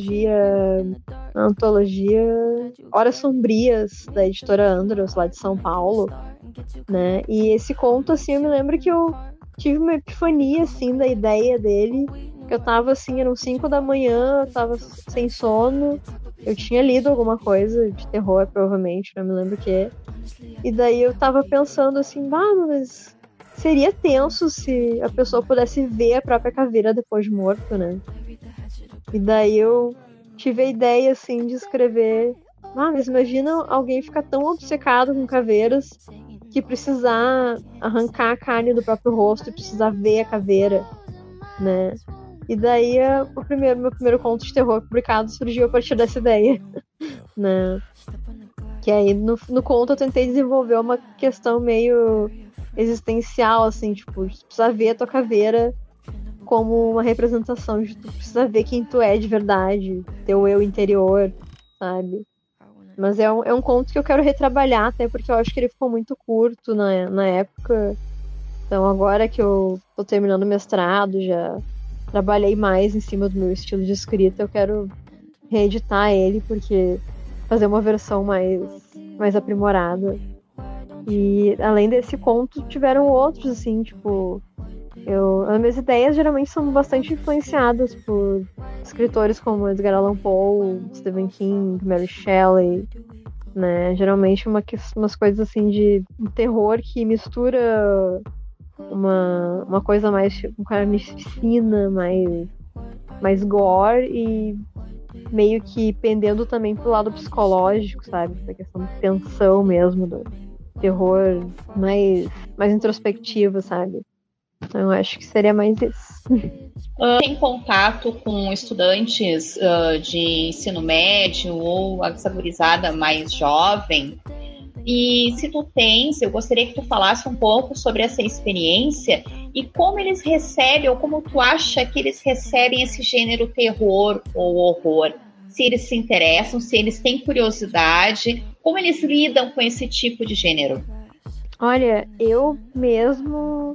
antologia Horas Sombrias, da editora Andros, lá de São Paulo, né? E esse conto, assim, eu me lembro que eu tive uma epifania, assim, da ideia dele. Que eu tava, assim, eram 5 da manhã, eu tava sem sono. Eu tinha lido alguma coisa de terror, provavelmente, não me lembro o que. E daí eu tava pensando assim, mas seria tenso se a pessoa pudesse ver a própria caveira depois de morto, né? E daí eu tive a ideia, assim, de escrever... mas imagina alguém ficar tão obcecado com caveiras que precisar arrancar a carne do próprio rosto e precisar ver a caveira, né? E daí meu primeiro conto de terror publicado surgiu a partir dessa ideia, né? Que aí no conto eu tentei desenvolver uma questão meio existencial, assim, tipo, tu precisa ver a tua caveira como uma representação de tu precisa ver quem tu é de verdade, teu eu interior, sabe? Mas é um conto que eu quero retrabalhar, até porque eu acho que ele ficou muito curto na época. Então agora que eu tô terminando o mestrado, já trabalhei mais em cima do meu estilo de escrita, eu quero reeditar ele, porque fazer uma versão mais aprimorada. E além desse conto, tiveram outros, assim, tipo... As minhas ideias geralmente são bastante influenciadas por escritores como Edgar Allan Poe, Stephen King, Mary Shelley, né? Geralmente umas coisas assim de terror que mistura uma coisa mais com carnificina, mais gore e meio que pendendo também pro lado psicológico, sabe? Essa questão de tensão mesmo, do terror mais introspectivo, sabe? Então eu acho que seria mais isso. Tem contato com estudantes de ensino médio ou essa gurizada mais jovem? E se tu tens, eu gostaria que tu falasse um pouco sobre essa experiência e como eles recebem, ou como tu acha que eles recebem esse gênero terror ou horror. Se eles se interessam, se eles têm curiosidade, como eles lidam com esse tipo de gênero? Olha, eu mesmo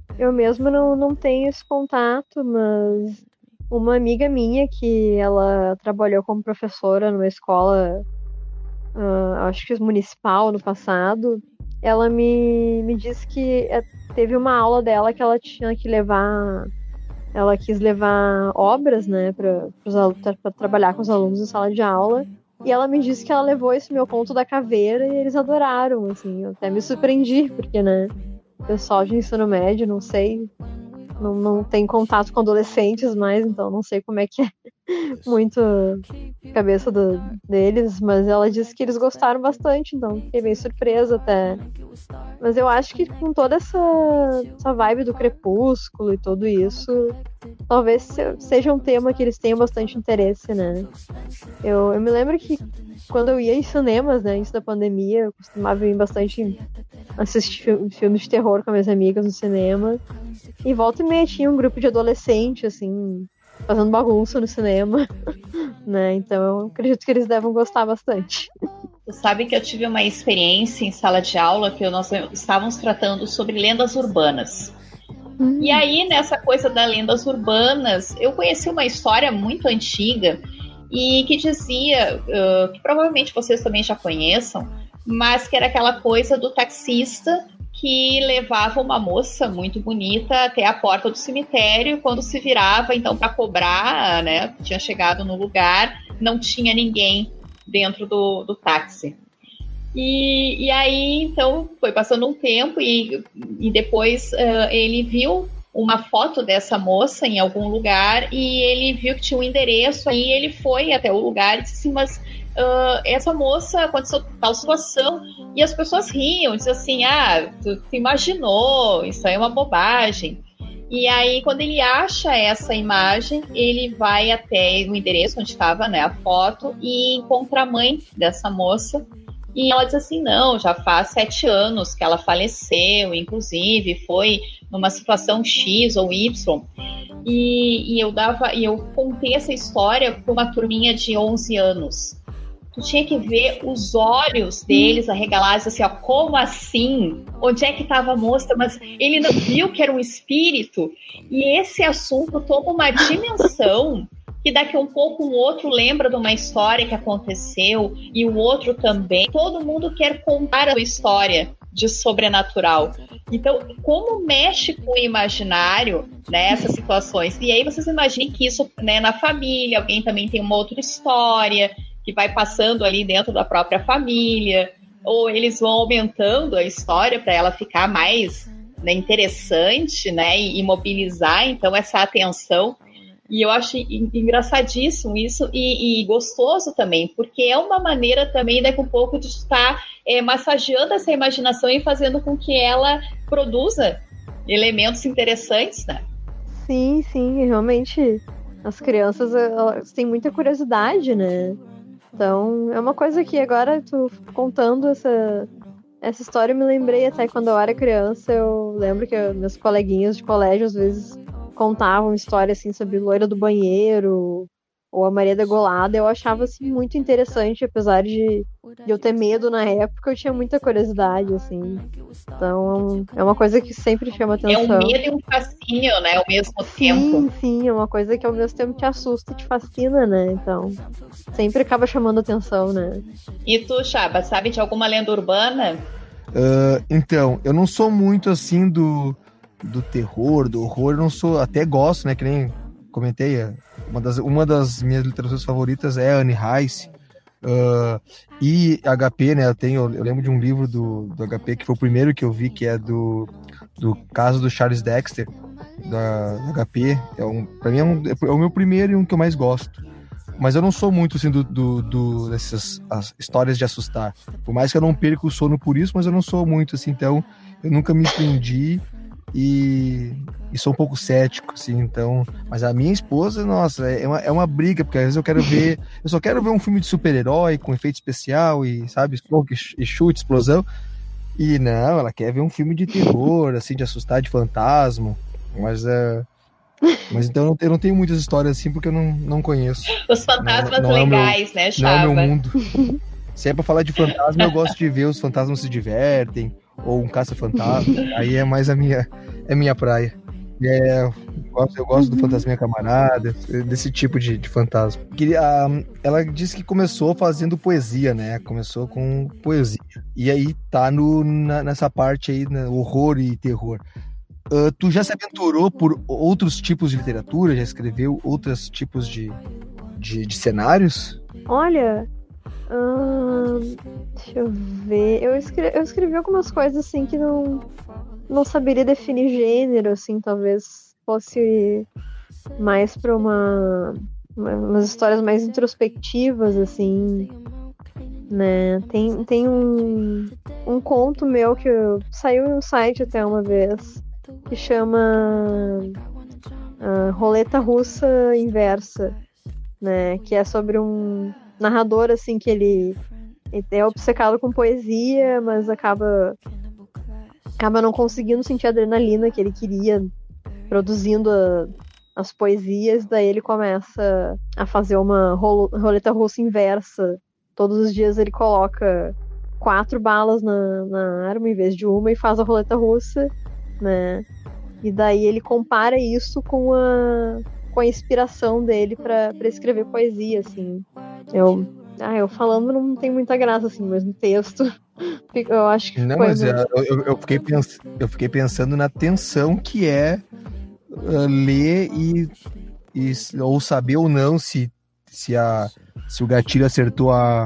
não tenho esse contato, mas uma amiga minha que ela trabalhou como professora numa escola, acho que municipal no passado, ela me disse que teve uma aula dela que ela tinha que levar, ela quis levar obras, né, para trabalhar com os alunos em sala de aula. E ela me disse que ela levou esse meu conto da caveira e eles adoraram, assim. Eu até me surpreendi, porque, né, o pessoal de ensino médio, não sei, não tem contato com adolescentes mais, então não sei como é que é muito a cabeça deles, mas ela disse que eles gostaram bastante, então fiquei bem surpresa até. Mas eu acho que com toda essa vibe do crepúsculo e tudo isso, talvez seja um tema que eles tenham bastante interesse, né? Eu me lembro que quando eu ia em cinemas, né, antes da pandemia, eu costumava ir bastante assistir filmes de terror com minhas amigas no cinema. E volta e meia tinha um grupo de adolescentes, assim, fazendo bagunça no cinema, né? Então eu acredito que eles devem gostar bastante. Tu sabe que eu tive uma experiência em sala de aula que nós estávamos tratando sobre lendas urbanas. E aí, nessa coisa das lendas urbanas, eu conheci uma história muito antiga e que dizia, que provavelmente vocês também já conheçam, mas que era aquela coisa do taxista que levava uma moça muito bonita até a porta do cemitério, quando se virava, então, para cobrar, né, tinha chegado no lugar, não tinha ninguém dentro do táxi. E aí, então, foi passando um tempo e depois ele viu uma foto dessa moça em algum lugar e ele viu que tinha um endereço, aí ele foi até o lugar e disse assim, mas essa moça aconteceu tal situação, e as pessoas riam, diziam assim, tu imaginou, isso aí é uma bobagem. E aí, quando ele acha essa imagem, ele vai até o endereço onde estava, né, a foto e encontra a mãe dessa moça. E ela diz assim, não, já faz 7 anos que ela faleceu, inclusive foi numa situação X ou Y. E eu contei essa história para uma turminha de 11 anos. Tu tinha que ver os olhos deles arregalados, assim, ó, como assim? Onde é que estava a moça? Mas ele não viu que era um espírito? E esse assunto toma uma dimensão que daqui a um pouco o outro lembra de uma história que aconteceu e o outro também. Todo mundo quer contar a sua história de sobrenatural. Então, como mexe com o imaginário, né, essas situações? E aí vocês imaginem que isso, né, na família, alguém também tem uma outra história que vai passando ali dentro da própria família, ou eles vão aumentando a história para ela ficar mais, né, interessante, né, e mobilizar, então, essa atenção. E eu acho engraçadíssimo isso e gostoso também, porque é uma maneira também, daqui a um pouco, de estar massageando essa imaginação e fazendo com que ela produza elementos interessantes, né? Sim, realmente as crianças elas têm muita curiosidade, né? Então, é uma coisa que agora, tu contando essa história, eu me lembrei até quando eu era criança, eu lembro que meus coleguinhas de colégio, às vezes, contavam histórias, assim, sobre Loira do Banheiro, ou a Maria Degolada. Eu achava, assim, muito interessante, apesar de eu ter medo na época, eu tinha muita curiosidade, assim. Então, é uma coisa que sempre chama atenção. É um medo e um fascínio, né, ao mesmo tempo. Sim, é uma coisa que ao mesmo tempo te assusta e te fascina, né, então sempre acaba chamando atenção, né. E tu, Chaba, sabe de alguma lenda urbana? Então, eu não sou muito, assim, do terror, do horror, eu não sou, até gosto, né, que nem comentei, uma das minhas literaturas favoritas é Anne Rice, e HP, né, eu lembro de um livro do HP que foi o primeiro que eu vi, que é do caso do Charles Dexter, da HP, pra mim é o meu primeiro e um que eu mais gosto. Mas eu não sou muito, assim, dessas histórias de assustar. Por mais que eu não perca o sono por isso, mas eu não sou muito, assim, então eu nunca me prendi e sou um pouco cético, assim, então... Mas a minha esposa, nossa, é uma briga, porque às vezes eu só quero ver um filme de super-herói com efeito especial e, sabe, fogo e chute, explosão. E não, ela quer ver um filme de terror, assim, de assustar, de fantasma. Mas então eu não tenho muitas histórias assim, porque eu não conheço. Os fantasmas não legais, né, Chava? Não é o meu mundo. Se é pra falar de fantasma, eu gosto de ver os fantasmas se divertem, ou um caça-fantasma. Aí é mais a minha praia. Eu gosto do Fantasminha Camarada, desse tipo de fantasma. Ela disse que começou fazendo poesia, né? Começou com poesia. E aí tá nessa parte aí, né? Horror e terror. Tu já se aventurou por outros tipos de literatura? Já escreveu outros tipos de cenários? Olha, deixa eu ver. Eu escrevi algumas coisas assim que não saberia definir gênero, assim, talvez fosse mais para umas histórias mais introspectivas, assim, né? Tem um conto meu que saiu em um site até uma vez, que chama Roleta Russa Inversa, né? Que é sobre um narrador, assim, que ele é obcecado com poesia, mas acaba não conseguindo sentir a adrenalina que ele queria produzindo as poesias. Daí ele começa a fazer uma roleta russa inversa. Todos os dias ele coloca 4 balas na arma em vez de uma e faz a roleta russa, né? E daí ele compara isso com a inspiração dele para escrever poesia, assim. Eu falando não tem muita graça, assim, mas no texto eu acho que não, foi... Mas eu fiquei pensando na tensão que é ler ou saber ou não se o gatilho acertou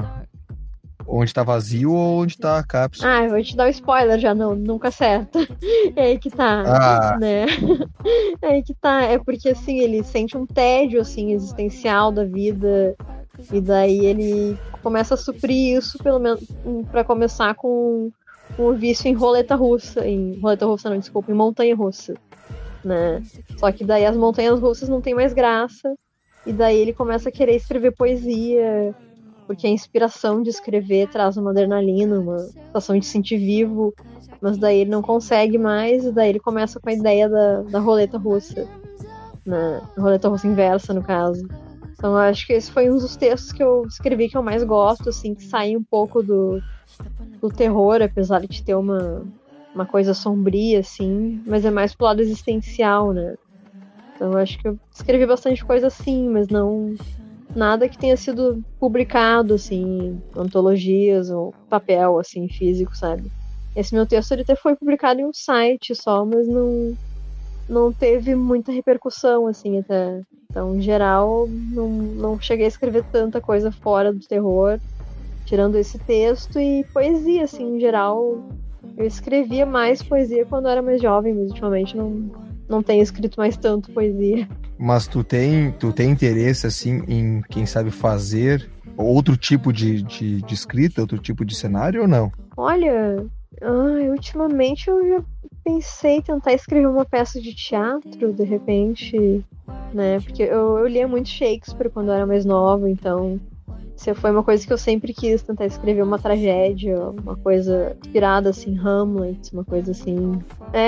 onde tá vazio ou onde tá a cápsula. Eu vou te dar um spoiler já, nunca acerta. É aí que tá, né? É aí que tá, é porque, assim, ele sente um tédio, assim, existencial da vida, e daí ele começa a suprir isso, pelo menos, pra começar com um vício em roleta russa, em montanha-russa, né? Só que daí as montanhas russas não tem mais graça, e daí ele começa a querer escrever poesia, porque a inspiração de escrever traz uma adrenalina, uma sensação de se sentir vivo, mas daí ele não consegue mais, e daí ele começa com a ideia da roleta russa, né? Roleta russa inversa, no caso. Então eu acho que esse foi um dos textos que eu escrevi que eu mais gosto, assim, que sai um pouco do terror, apesar de ter uma coisa sombria, assim, mas é mais pro lado existencial, né? Então eu acho que eu escrevi bastante coisa assim, mas não... nada que tenha sido publicado, assim, antologias ou papel, assim, físico, sabe? Esse meu texto, ele até foi publicado em um site só, mas não teve muita repercussão, assim, até. Então, em geral, não cheguei a escrever tanta coisa fora do terror, tirando esse texto e poesia, assim, em geral. Eu escrevia mais poesia quando eu era mais jovem, mas ultimamente não tenho escrito mais tanto poesia. Mas tu tem interesse, assim, em, quem sabe, fazer outro tipo de escrita, outro tipo de cenário ou não? Olha, ultimamente eu já pensei em tentar escrever uma peça de teatro, de repente, né? Porque eu lia muito Shakespeare quando eu era mais nova, então isso foi uma coisa que eu sempre quis, tentar escrever uma tragédia, uma coisa inspirada, assim, Hamlet, uma coisa assim.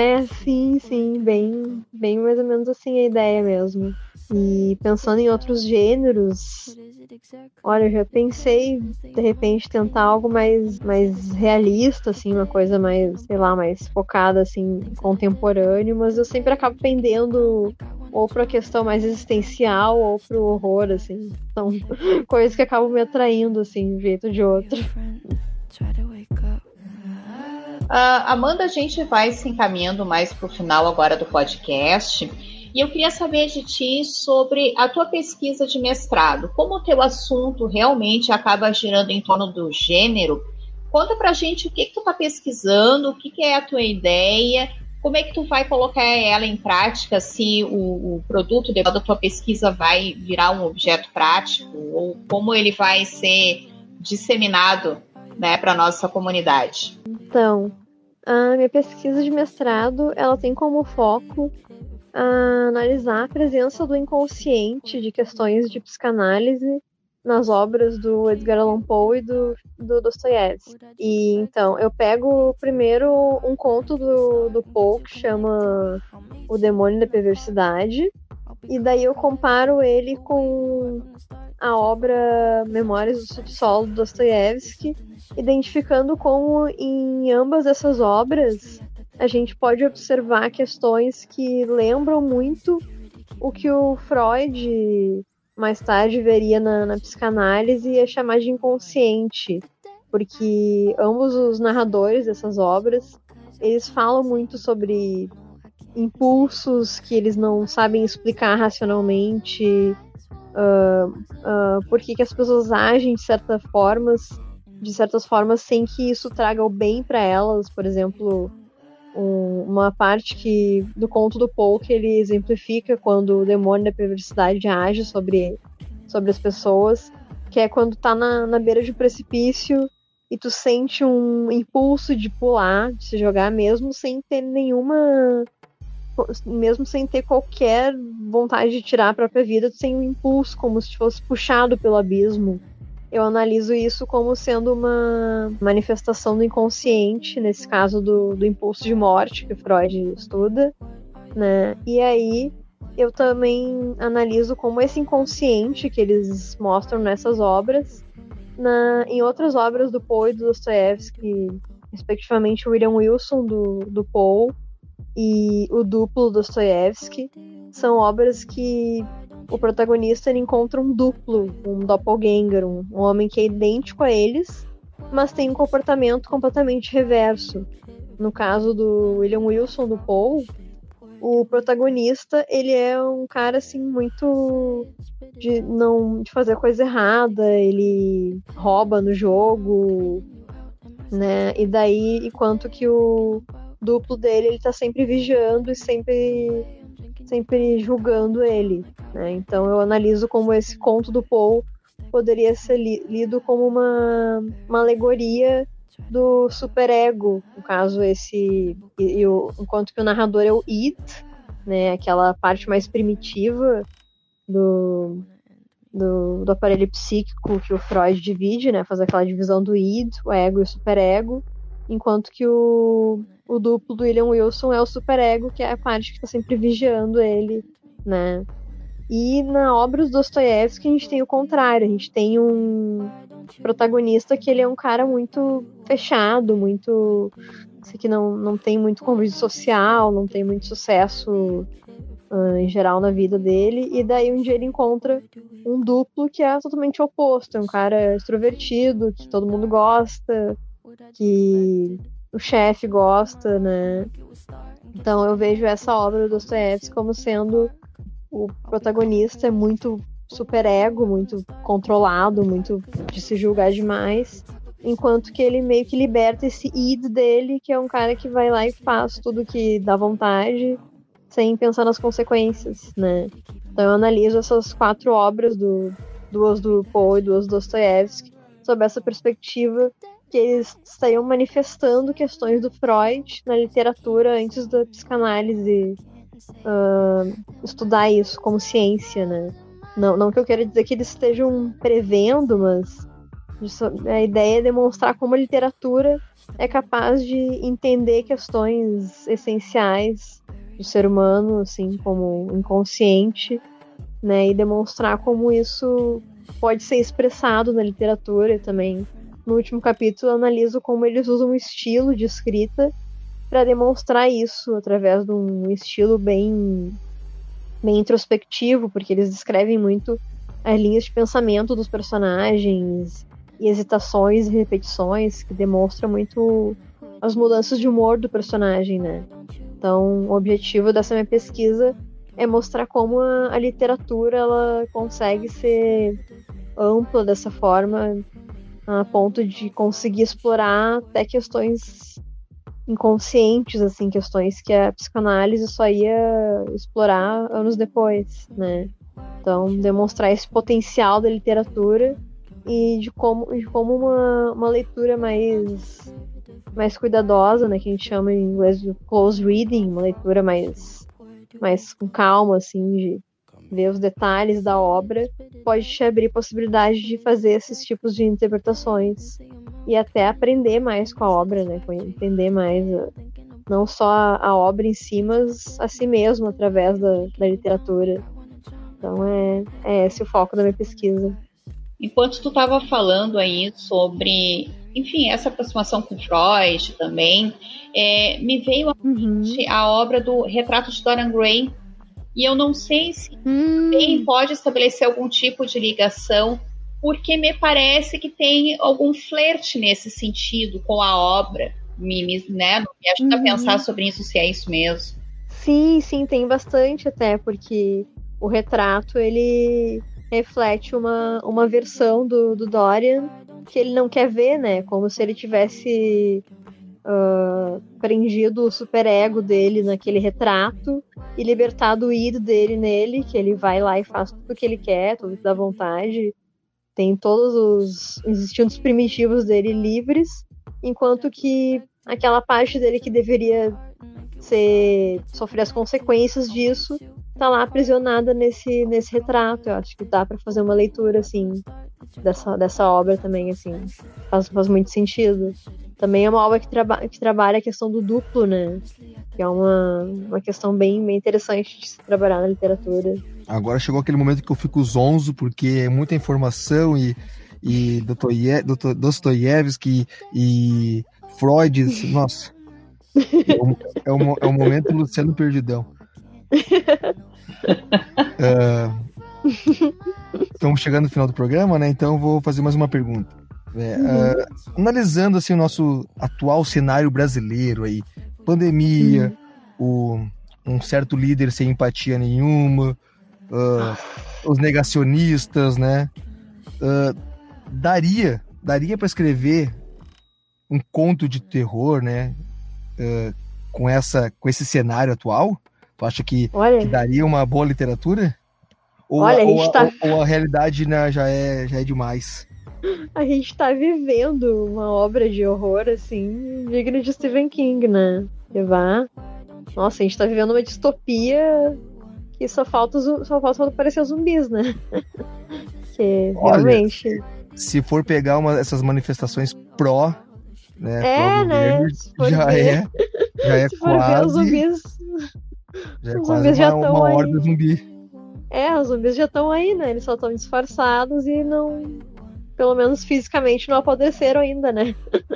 Sim, bem mais ou menos assim a ideia mesmo. E pensando em outros gêneros, olha, eu já pensei, de repente, tentar algo mais realista, assim, uma coisa mais, sei lá, mais focada, assim, contemporâneo, mas eu sempre acabo pendendo ou pra questão mais existencial ou pro horror, assim. São coisas que acabam me atraindo, assim, de um jeito ou de outro. Amanda, a gente vai se encaminhando mais pro final agora do podcast. E eu queria saber de ti sobre a tua pesquisa de mestrado. Como o teu assunto realmente acaba girando em torno do gênero, conta pra gente o que tu tá pesquisando, o que é a tua ideia, como é que tu vai colocar ela em prática, se o produto da tua pesquisa vai virar um objeto prático, ou como ele vai ser disseminado, né, para a nossa comunidade. Então, A minha pesquisa de mestrado, ela tem como foco analisar a presença do inconsciente de questões de psicanálise nas obras do Edgar Allan Poe e do Dostoiévski. E então eu pego primeiro um conto do Poe que chama O Demônio da Perversidade, e daí eu comparo ele com a obra Memórias do Subsolo do Dostoiévski, identificando como em ambas essas obras a gente pode observar questões que lembram muito o que o Freud mais tarde veria na psicanálise e ia chamar de inconsciente, porque ambos os narradores dessas obras, eles falam muito sobre impulsos que eles não sabem explicar racionalmente, por que as pessoas agem de certas formas sem que isso traga o bem para elas. Por exemplo, uma parte do conto do Poe que ele exemplifica quando o demônio da perversidade age sobre as pessoas, que é quando tá na beira de um precipício e tu sente um impulso de pular, de se jogar, mesmo sem ter qualquer vontade de tirar a própria vida, tu tem um impulso como se fosse puxado pelo abismo. Eu analiso isso como sendo uma manifestação do inconsciente, nesse caso do impulso de morte que Freud estuda, né? E aí eu também analiso como esse inconsciente que eles mostram nessas obras, em outras obras do Poe e do Dostoiévski, respectivamente o William Wilson do Poe e o Duplo do Dostoiévski, são obras que o protagonista ele encontra um duplo, um doppelganger, um homem que é idêntico a eles, mas tem um comportamento completamente reverso. No caso do William Wilson, do Poe, o protagonista, ele é um cara assim muito de fazer coisa errada, ele rouba no jogo, né? E daí, enquanto que o duplo dele, ele tá sempre vigiando e sempre julgando ele, né? Então eu analiso como esse conto do Poe poderia ser lido como uma alegoria do superego, no caso enquanto que o narrador é o id, né? Aquela parte mais primitiva do aparelho psíquico que o Freud divide, né? Faz aquela divisão do id, o ego e o superego, enquanto que o duplo do William Wilson é o superego, que é a parte que está sempre vigiando ele, né? E na obra do Dostoiévski a gente tem o contrário, a gente tem um protagonista que ele é um cara muito fechado, muito que não tem muito convívio social, não tem muito sucesso em geral na vida dele, e daí um dia ele encontra um duplo que é totalmente oposto, é um cara extrovertido, que todo mundo gosta, que o chefe gosta, né? Então eu vejo essa obra do Dostoiévski como sendo o protagonista é muito superego, muito controlado, muito de se julgar demais, enquanto que ele meio que liberta esse id dele, que é um cara que vai lá e faz tudo que dá vontade, sem pensar nas consequências, né? Então eu analiso essas 4 obras, duas do Poe e duas do Dostoiévski, sob essa perspectiva que eles estariam manifestando questões do Freud na literatura antes da psicanálise estudar isso como ciência, né? Não que eu queira dizer que eles estejam prevendo, mas a ideia é demonstrar como a literatura é capaz de entender questões essenciais do ser humano, assim, como inconsciente, né? E demonstrar como isso pode ser expressado na literatura também. No último capítulo eu analiso como eles usam um estilo de escrita para demonstrar isso através de um estilo bem introspectivo, porque eles descrevem muito as linhas de pensamento dos personagens e hesitações e repetições, que demonstram muito as mudanças de humor do personagem, né? Então, o objetivo dessa minha pesquisa é mostrar como a literatura ela consegue ser ampla dessa forma, a ponto de conseguir explorar até questões inconscientes, assim, questões que a psicanálise só ia explorar anos depois, né? Então, demonstrar esse potencial da literatura e de como uma leitura mais mais cuidadosa, né, que a gente chama em inglês de close reading, uma leitura mais com calma, assim, de ver os detalhes da obra, pode te abrir possibilidade de fazer esses tipos de interpretações e até aprender mais com a obra, né, entender mais não só a obra em si, mas a si mesmo através da literatura. Então é esse o foco da minha pesquisa. Enquanto tu estava falando aí sobre, enfim, essa aproximação com Freud também, me veio à mente a obra do Retrato de Dorian Gray, e eu não sei se também pode estabelecer algum tipo de ligação, porque me parece que tem algum flerte nesse sentido com a obra, me ajuda a pensar sobre isso, se é isso mesmo. Sim, tem bastante até, porque o retrato, ele reflete uma versão do Dorian que ele não quer ver, né? Como se ele tivesse prendido o superego dele naquele retrato e libertado o id dele nele, que ele vai lá e faz tudo o que ele quer, tudo que dá vontade. Tem todos os instintos primitivos dele livres, enquanto que aquela parte dele que deveria sofrer as consequências disso tá lá aprisionada nesse retrato. Eu acho que dá para fazer uma leitura assim dessa obra também, assim, faz muito sentido. Também é uma obra que trabalha a questão do duplo, né? Que é uma questão bem interessante de se trabalhar na literatura. Agora chegou aquele momento que eu fico zonzo, porque é muita informação e Dostoiévski e Freud, nossa. É o momento Luciano Perdidão. Estamos chegando no final do programa, né? Então eu vou fazer mais uma pergunta. Analisando assim o nosso atual cenário brasileiro aí, pandemia, um certo líder sem empatia nenhuma, os negacionistas, né? Daria para escrever um conto de terror, né? Com esse cenário atual? Tu acha que daria uma boa literatura? Ou a realidade, né, já é demais? A gente tá vivendo uma obra de horror, assim, digna de Stephen King, né? Nossa, a gente tá vivendo uma distopia que só falta aparecer os zumbis, né? Que realmente... Se for pegar essas manifestações pró, né? Né? Já é se quase... ver os zumbis... Os zumbis já estão uma horda zumbi. Os zumbis já estão aí, né? Eles só estão disfarçados e não... Pelo menos fisicamente não apodreceram ainda, né?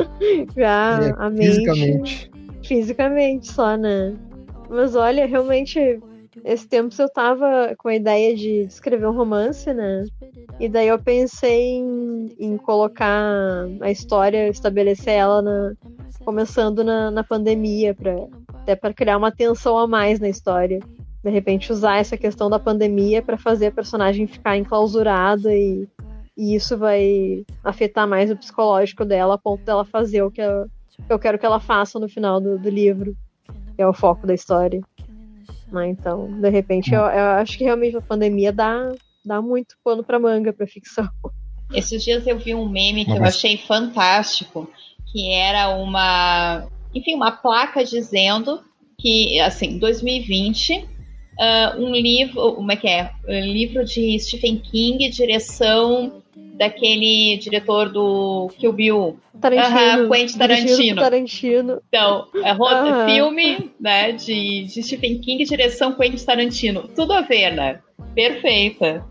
Já a mente... Fisicamente só, né? Mas olha, realmente... Esse tempo eu tava com a ideia de escrever um romance, né? E daí eu pensei em colocar a história, estabelecer ela começando na pandemia, até para criar uma tensão a mais na história. De repente usar essa questão da pandemia para fazer a personagem ficar enclausurada e isso vai afetar mais o psicológico dela, a ponto dela fazer o que eu quero que ela faça no final do livro, que é o foco da história. Então, de repente, eu acho que realmente a pandemia dá muito pano pra manga pra ficção. Esses dias eu vi um meme que eu achei fantástico, que era uma placa dizendo que, assim, 2020, um livro, como é que é? Um livro de Stephen King, direção daquele diretor do Kill Bill. Quentin Tarantino. Então, filme, né, de Stephen King, direção Quentin Tarantino. Tudo a ver, né? Perfeita.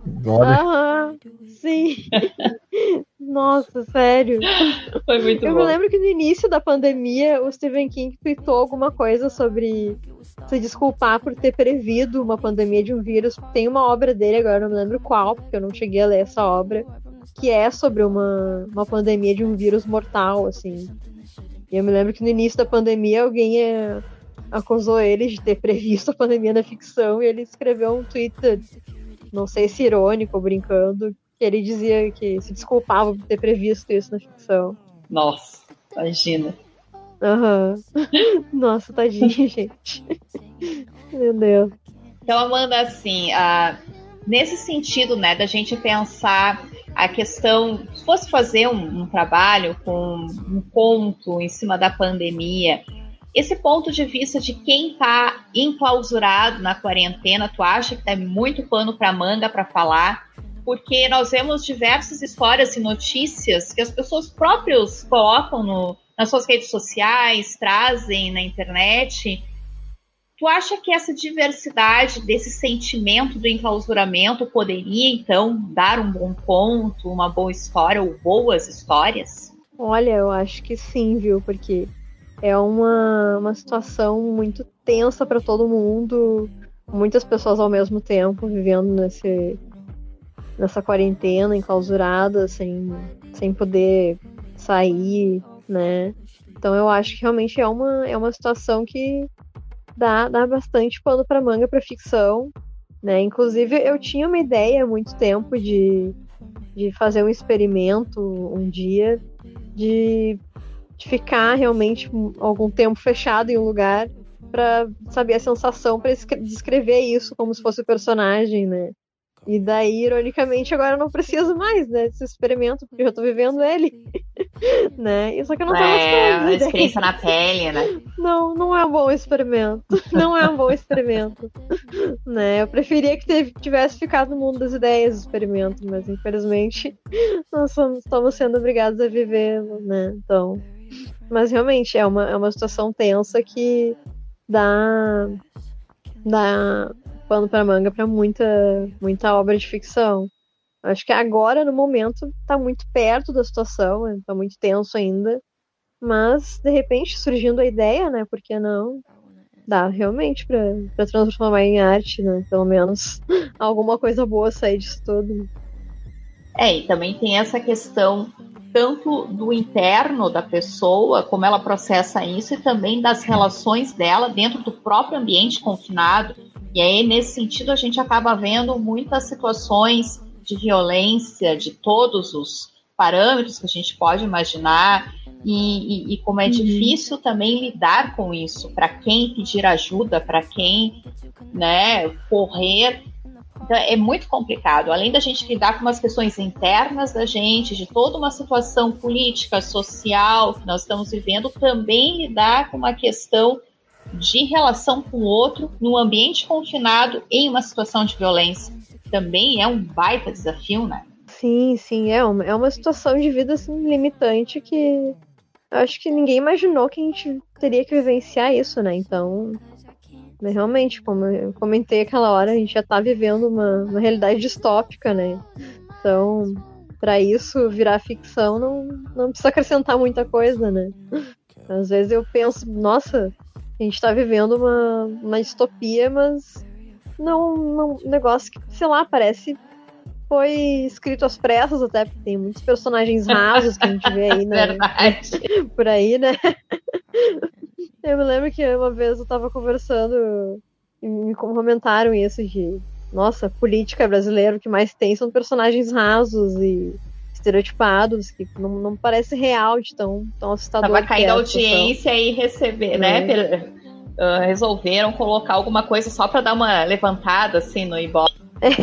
Sim. Nossa, sério. Foi muito bom. Eu me lembro que no início da pandemia, o Stephen King tweetou alguma coisa sobre se desculpar por ter prevido uma pandemia de um vírus. Tem uma obra dele agora, não me lembro qual, porque eu não cheguei a ler essa obra, que é sobre uma pandemia de um vírus mortal, assim. E eu me lembro que no início da pandemia alguém acusou ele de ter previsto a pandemia na ficção e ele escreveu um tweet, não sei se irônico ou brincando, que ele dizia que se desculpava por ter previsto isso na ficção. Nossa, imagina. Nossa, tadinho, gente. Meu Deus. Então, Amanda, assim, nesse sentido, né, da gente pensar a questão, se fosse fazer um trabalho com um conto em cima da pandemia, esse ponto de vista de quem está enclausurado na quarentena, tu acha que tem muito pano para manga para falar? Porque nós vemos diversas histórias e notícias que as pessoas próprias colocam nas suas redes sociais, trazem na internet. Tu acha que essa diversidade desse sentimento do enclausuramento poderia, então, dar um bom conto, uma boa história ou boas histórias? Olha, eu acho que sim, viu? Porque é uma situação muito tensa para todo mundo, muitas pessoas ao mesmo tempo vivendo nessa quarentena, enclausurada, sem poder sair, né? Então eu acho que realmente é uma situação que dá bastante pano para manga para ficção, né? Inclusive eu tinha uma ideia há muito tempo de fazer um experimento um dia de ficar realmente algum tempo fechado em um lugar para saber a sensação, para descrever isso como se fosse o personagem, né? E daí, ironicamente, agora eu não preciso mais, né, desse experimento, porque eu já tô vivendo ele, né? E só que eu não tô gostando. A experiência na pele, né? Não é um bom experimento. Não é um bom experimento. Né? Eu preferia que tivesse ficado no mundo das ideias o experimento, mas infelizmente nós estamos sendo obrigados a vivê-lo, né? Então, mas realmente é uma situação tensa que dá pano para manga para muita obra de ficção. Acho que agora, no momento, tá muito perto da situação, tá muito tenso ainda, mas de repente surgindo a ideia, né? Por que não? Dá realmente para transformar em arte, né? Pelo menos alguma coisa boa sair disso tudo. E também tem essa questão tanto do interno da pessoa, como ela processa isso, e também das relações dela dentro do próprio ambiente confinado. E aí, nesse sentido, a gente acaba vendo muitas situações de violência, de todos os parâmetros que a gente pode imaginar, e como é difícil também lidar com isso, para quem pedir ajuda, para quem, né, correr. Então, é muito complicado. Além da gente lidar com umas questões internas da gente, de toda uma situação política, social que nós estamos vivendo, também lidar com uma questão de relação com o outro num ambiente confinado em uma situação de violência. Também é um baita desafio, né? Sim, é uma situação de vida assim, limitante que eu acho que ninguém imaginou que a gente teria que vivenciar isso, né? Então, realmente, como eu comentei aquela hora, a gente já tá vivendo uma realidade distópica, né? Então, para isso virar ficção, não precisa acrescentar muita coisa, né? Às vezes eu penso, nossa, a gente tá vivendo uma distopia, mas não um negócio que, sei lá, parece foi escrito às pressas até, porque tem muitos personagens rasos que a gente vê aí, né? Por aí, né? Eu me lembro que uma vez eu tava conversando e me comentaram isso de, nossa, política brasileira, o que mais tem são personagens rasos e estereotipados, que não parece real de tão assustador. Tava caindo a audiência e receber, né? Resolveram colocar alguma coisa só pra dar uma levantada, assim, no Ibope.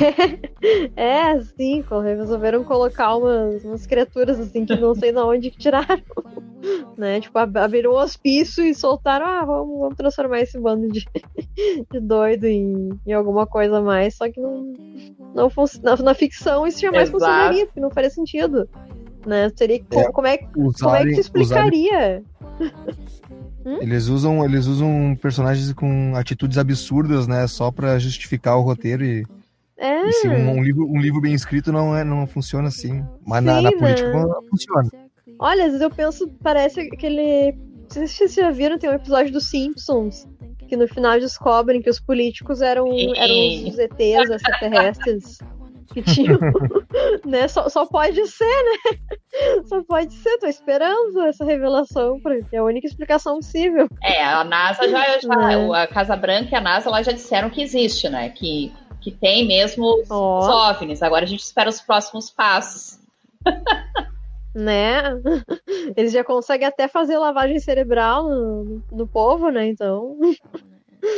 Sim, resolveram colocar umas criaturas, assim, que não sei de onde que tiraram. Né? Tipo, abriram um hospício e soltaram, vamos transformar esse bando de doido em alguma coisa a mais, só que não funciona. Na ficção isso jamais funcionaria, porque não faria sentido, né? Seria, como é que se explicaria? Eles usam personagens com atitudes absurdas, né, só pra justificar o roteiro e se um livro bem escrito não funciona assim, mas na política funciona. Olha, às vezes eu penso, parece aquele... Não sei se vocês já viram, tem um episódio dos Simpsons, que no final descobrem que os políticos eram os ETs, extraterrestres, que tinham... né? Só pode ser, né? Só pode ser, tô esperando essa revelação, porque é a única explicação possível. A NASA a Casa Branca e a NASA lá já disseram que existe, né? Que tem mesmo os OVNIs. Agora a gente espera os próximos passos. Né? Eles já conseguem até fazer lavagem cerebral no povo, né? Então.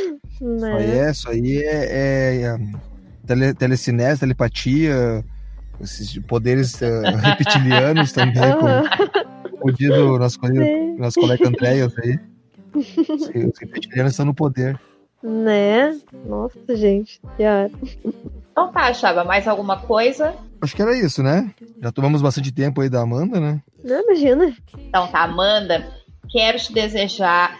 Né? Isso aí é telecinese, telepatia, esses poderes reptilianos também, como diz o nosso colega Andréas aí. Os reptilianos estão no poder. Né? Nossa, gente. Então tá, Chaba, mais alguma coisa? Acho que era isso, né? Já tomamos bastante tempo aí da Amanda, né? Não, imagina. Então tá, Amanda, quero te desejar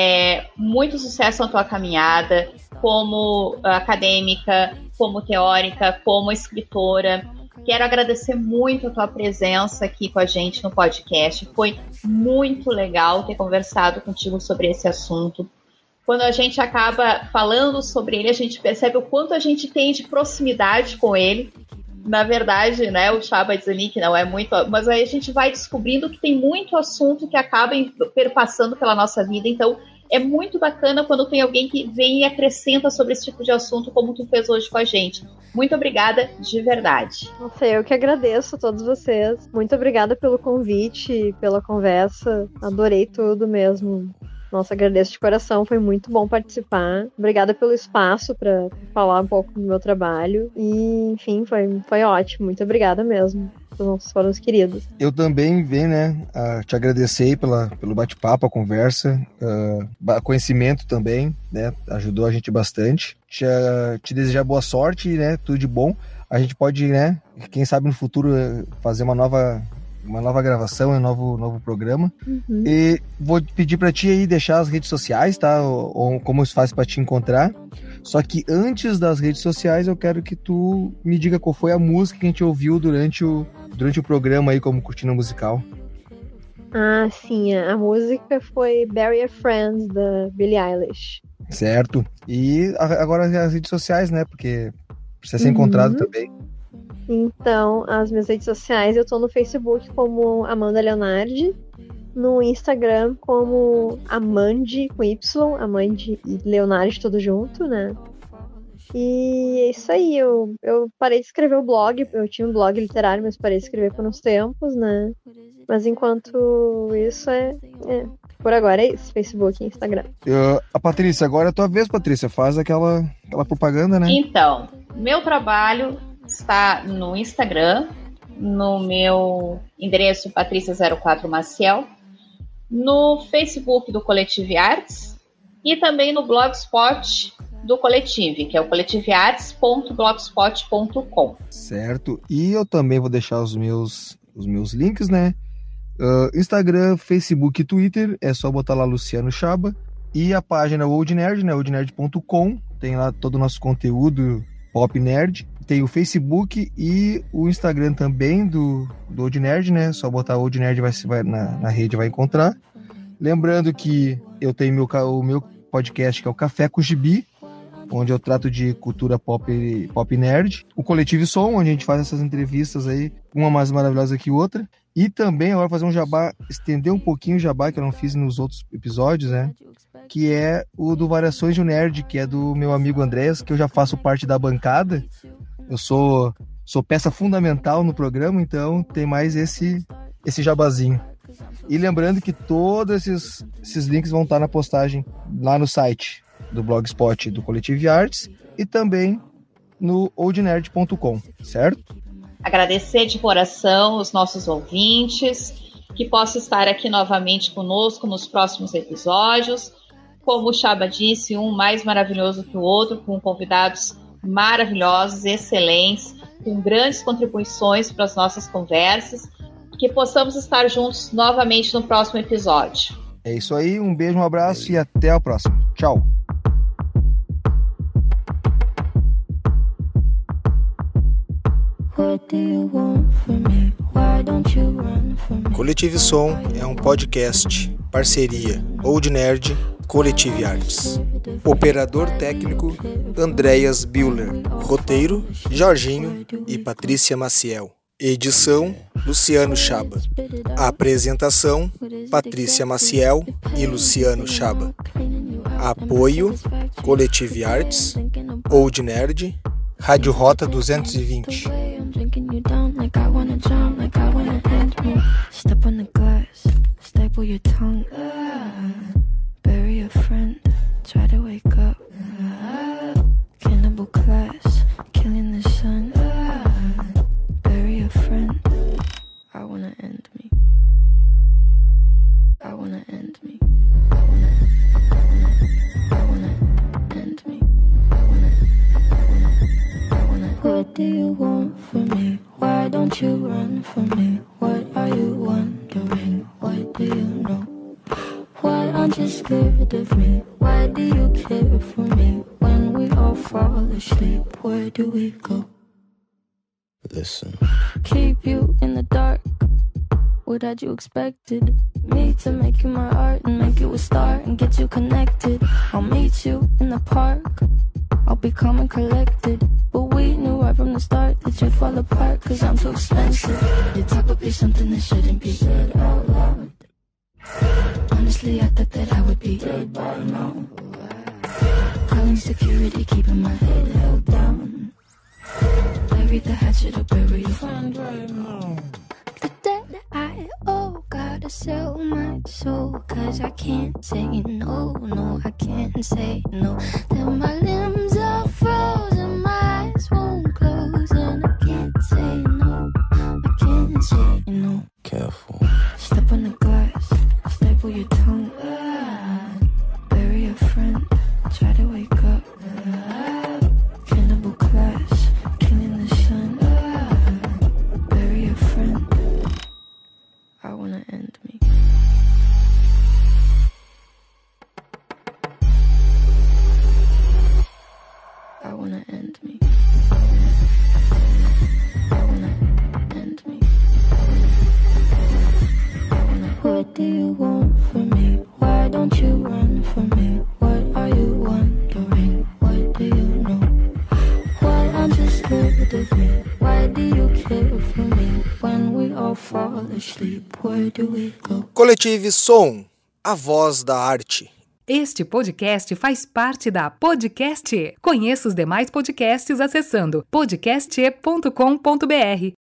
muito sucesso na tua caminhada, como acadêmica, como teórica, como escritora. Quero agradecer muito a tua presença aqui com a gente no podcast. Foi muito legal ter conversado contigo sobre esse assunto. Quando a gente acaba falando sobre ele, a gente percebe o quanto a gente tem de proximidade com ele. Na verdade, né, o Chaba diz ali que não é muito, mas aí a gente vai descobrindo que tem muito assunto que acaba perpassando pela nossa vida. Então, é muito bacana quando tem alguém que vem e acrescenta sobre esse tipo de assunto, como tu fez hoje com a gente. Muito obrigada, de verdade. Nossa, eu que agradeço a todos vocês. Muito obrigada pelo convite, pela conversa. Adorei tudo mesmo. Nossa, agradeço de coração, foi muito bom participar. Obrigada pelo espaço para falar um pouco do meu trabalho. E, enfim, foi ótimo. Muito obrigada mesmo. Foram os queridos. Eu também venho, né, a te agradecer pelo bate-papo, a conversa, conhecimento também, né, ajudou a gente bastante. Te desejar boa sorte, né, tudo de bom. A gente pode, né, quem sabe no futuro fazer uma nova gravação, um novo programa. Uhum. E vou pedir para ti aí deixar as redes sociais, tá? Ou como se faz para te encontrar. Só que antes das redes sociais, eu quero que tu me diga qual foi a música que a gente ouviu durante o programa aí como cortina musical. Ah, sim. A música foi Bury a Friend, da Billie Eilish. Certo. E agora as redes sociais, né? Porque precisa ser encontrado também. Então, as minhas redes sociais, eu tô no Facebook como Amanda Leonardi, no Instagram como Amandi com Y, Amandi e Leonardi tudo junto, né? E é isso aí, eu parei de escrever o blog, eu tinha um blog literário, mas parei de escrever por uns tempos, né? Mas enquanto isso por agora é isso, Facebook e Instagram. A Patrícia, agora é a tua vez, Patrícia, faz aquela propaganda, né? Então, meu trabalho está no Instagram, no meu endereço Patrícia04 Maciel, no Facebook do Coletive Artes e também no Blogspot do Coletive, que é o coletiveartes.blogspot.com. Certo, e eu também vou deixar os meus links, né? Instagram, Facebook e Twitter, é só botar lá Luciano Chaba, e a página Old Nerd, né? oldnerd.com, tem lá todo o nosso conteúdo Pop Nerd. Tem o Facebook e o Instagram também do Old Nerd, né? Só botar Old Nerd vai na rede, vai encontrar. Lembrando que eu tenho o meu podcast, que é o Café com Gibi, onde eu trato de cultura pop nerd. O Coletivo Som, onde a gente faz essas entrevistas aí, uma mais maravilhosa que outra. E também agora fazer um jabá, estender um pouquinho o jabá que eu não fiz nos outros episódios, né? Que é o do Variações de um Nerd, que é do meu amigo Andréas, que eu já faço parte da bancada. Eu sou peça fundamental no programa, então tem mais esse jabazinho. E lembrando que todos esses links vão estar na postagem lá no site do Blogspot do Coletive Artes e também no oldnerd.com, certo? Agradecer de coração os nossos ouvintes, que possam estar aqui novamente conosco nos próximos episódios. Como o Chaba disse, um mais maravilhoso que o outro, com convidados maravilhosos, excelentes, com grandes contribuições para as nossas conversas, que possamos estar juntos novamente no próximo episódio. É isso aí, um beijo, um abraço e até a próxima. Tchau! Coletive Som é um podcast, parceria Old Nerd, Coletive Artes. Operador técnico, Andréas Bühler. Roteiro, Jorginho e Patrícia Maciel. Edição, Luciano Chaba. Apresentação, Patrícia Maciel e Luciano Chaba. Apoio, Coletive Artes, Old Nerd, Rádio Rota 220. Step on the glass, staple your tongue. Bury a friend, try to wake up. Cannibal class, killing the sun. Bury know? Why aren't you scared of me? Why do you care for me? When we all fall asleep, where do we go? Listen. Keep you in the dark. What had you expected? Me to make you my art and make you a star and get you connected. I'll meet you in the park. I'll be calm and collected. But we knew right from the start that you'd fall apart, cause I'm too expensive. Your talk would be something that shouldn't be said out loud. Honestly, I thought that I would be dead by now. Calling security, keeping my head held down. Bury the hatchet or bury your friend right now. The debt I owe, gotta sell my soul, cause I can't say no, no, I can't say no. Then my limbs are frozen, my eyes won't close, and I can't say no, I can't say no. Careful. Step on the glass, staple your tongue. Bury a friend, try to wake up. Cannibal class, killing the sun. Bury a friend. I wanna end me. I wanna end me. I wanna end me. What do you want from me? Why don't you run from me? What are you wondering? What do you know? Why aren't you scared of me? Why do you care for me? When we all fall asleep, where do we go? Coletive Som, a voz da arte. Este podcast faz parte da Podcast E. Conheça os demais podcasts acessando podcast.com.br.